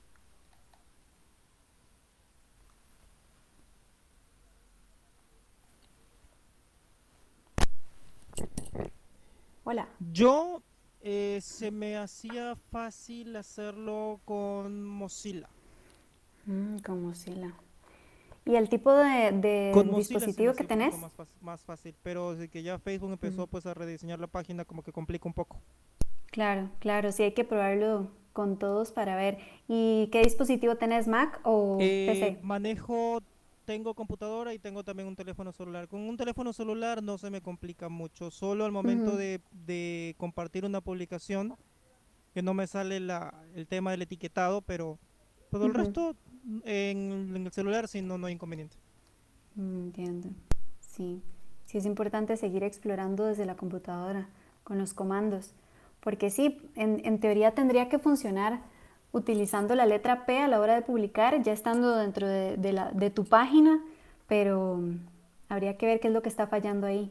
Hola. Yo se me hacía fácil hacerlo con Mozilla. Con Mozilla. ¿Y el tipo de Con Mozilla se me dispositivo que hacía un tenés? poco más fácil, pero desde que ya Facebook empezó pues a rediseñar la página, como que complica un poco. Claro, claro, sí hay que probarlo con todos para ver. ¿Y qué dispositivo tenés, Mac o PC? Tengo computadora y tengo también un teléfono celular. Con un teléfono celular no se me complica mucho, solo al momento Ujú. de compartir una publicación, que no me sale el tema del etiquetado, pero todo el Ujú. resto en el celular sí no hay inconveniente. Entiendo. Sí, sí es importante seguir explorando desde la computadora con los comandos, porque sí, en teoría tendría que funcionar utilizando la letra P a la hora de publicar, ya estando dentro de tu página, pero habría que ver qué es lo que está fallando ahí.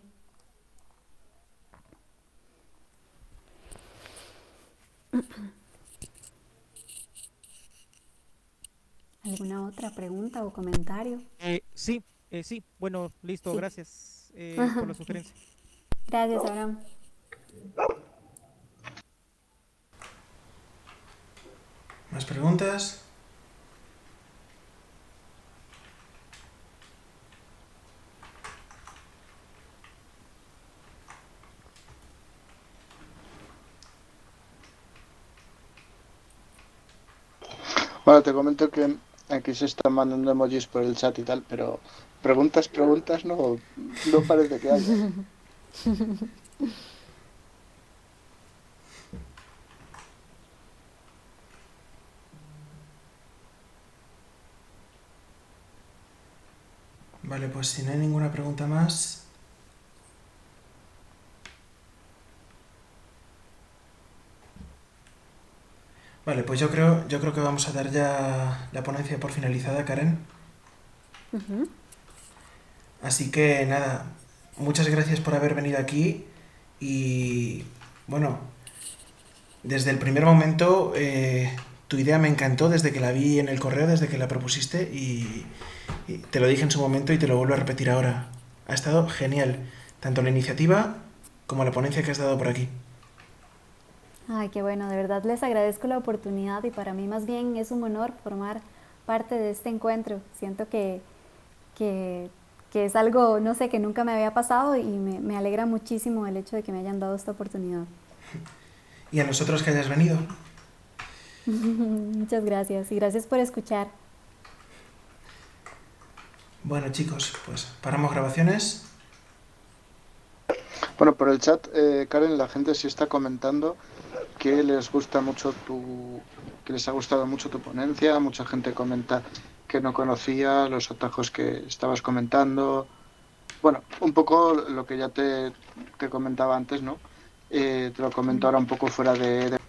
¿Alguna otra pregunta o comentario? Sí, bueno, listo, Sí. gracias por la sugerencia. Gracias, Abraham. ¿Más preguntas? Bueno, te comento que aquí se están mandando emojis por el chat y tal, pero preguntas no parece que haya. Vale, pues si no hay ninguna pregunta más... Vale, pues yo creo que vamos a dar ya la ponencia por finalizada, Karen. Así que nada, muchas gracias por haber venido aquí y bueno, desde el primer momento tu idea me encantó desde que la vi en el correo, desde que la propusiste y te lo dije en su momento y te lo vuelvo a repetir ahora. Ha estado genial, tanto la iniciativa como la ponencia que has dado por aquí. Ay, qué bueno, de verdad les agradezco la oportunidad y para mí más bien es un honor formar parte de este encuentro. Siento que es algo, no sé, que nunca me había pasado y me alegra muchísimo el hecho de que me hayan dado esta oportunidad. Y a nosotros que hayas venido. Muchas gracias y gracias por escuchar. Bueno chicos, pues paramos grabaciones. Bueno, por el chat, Karen, la gente sí está comentando que les gusta mucho que les ha gustado mucho tu ponencia. Mucha gente comenta que no conocía los atajos que estabas comentando. Bueno, un poco lo que ya te comentaba antes, ¿no? Te lo comento ahora un poco fuera de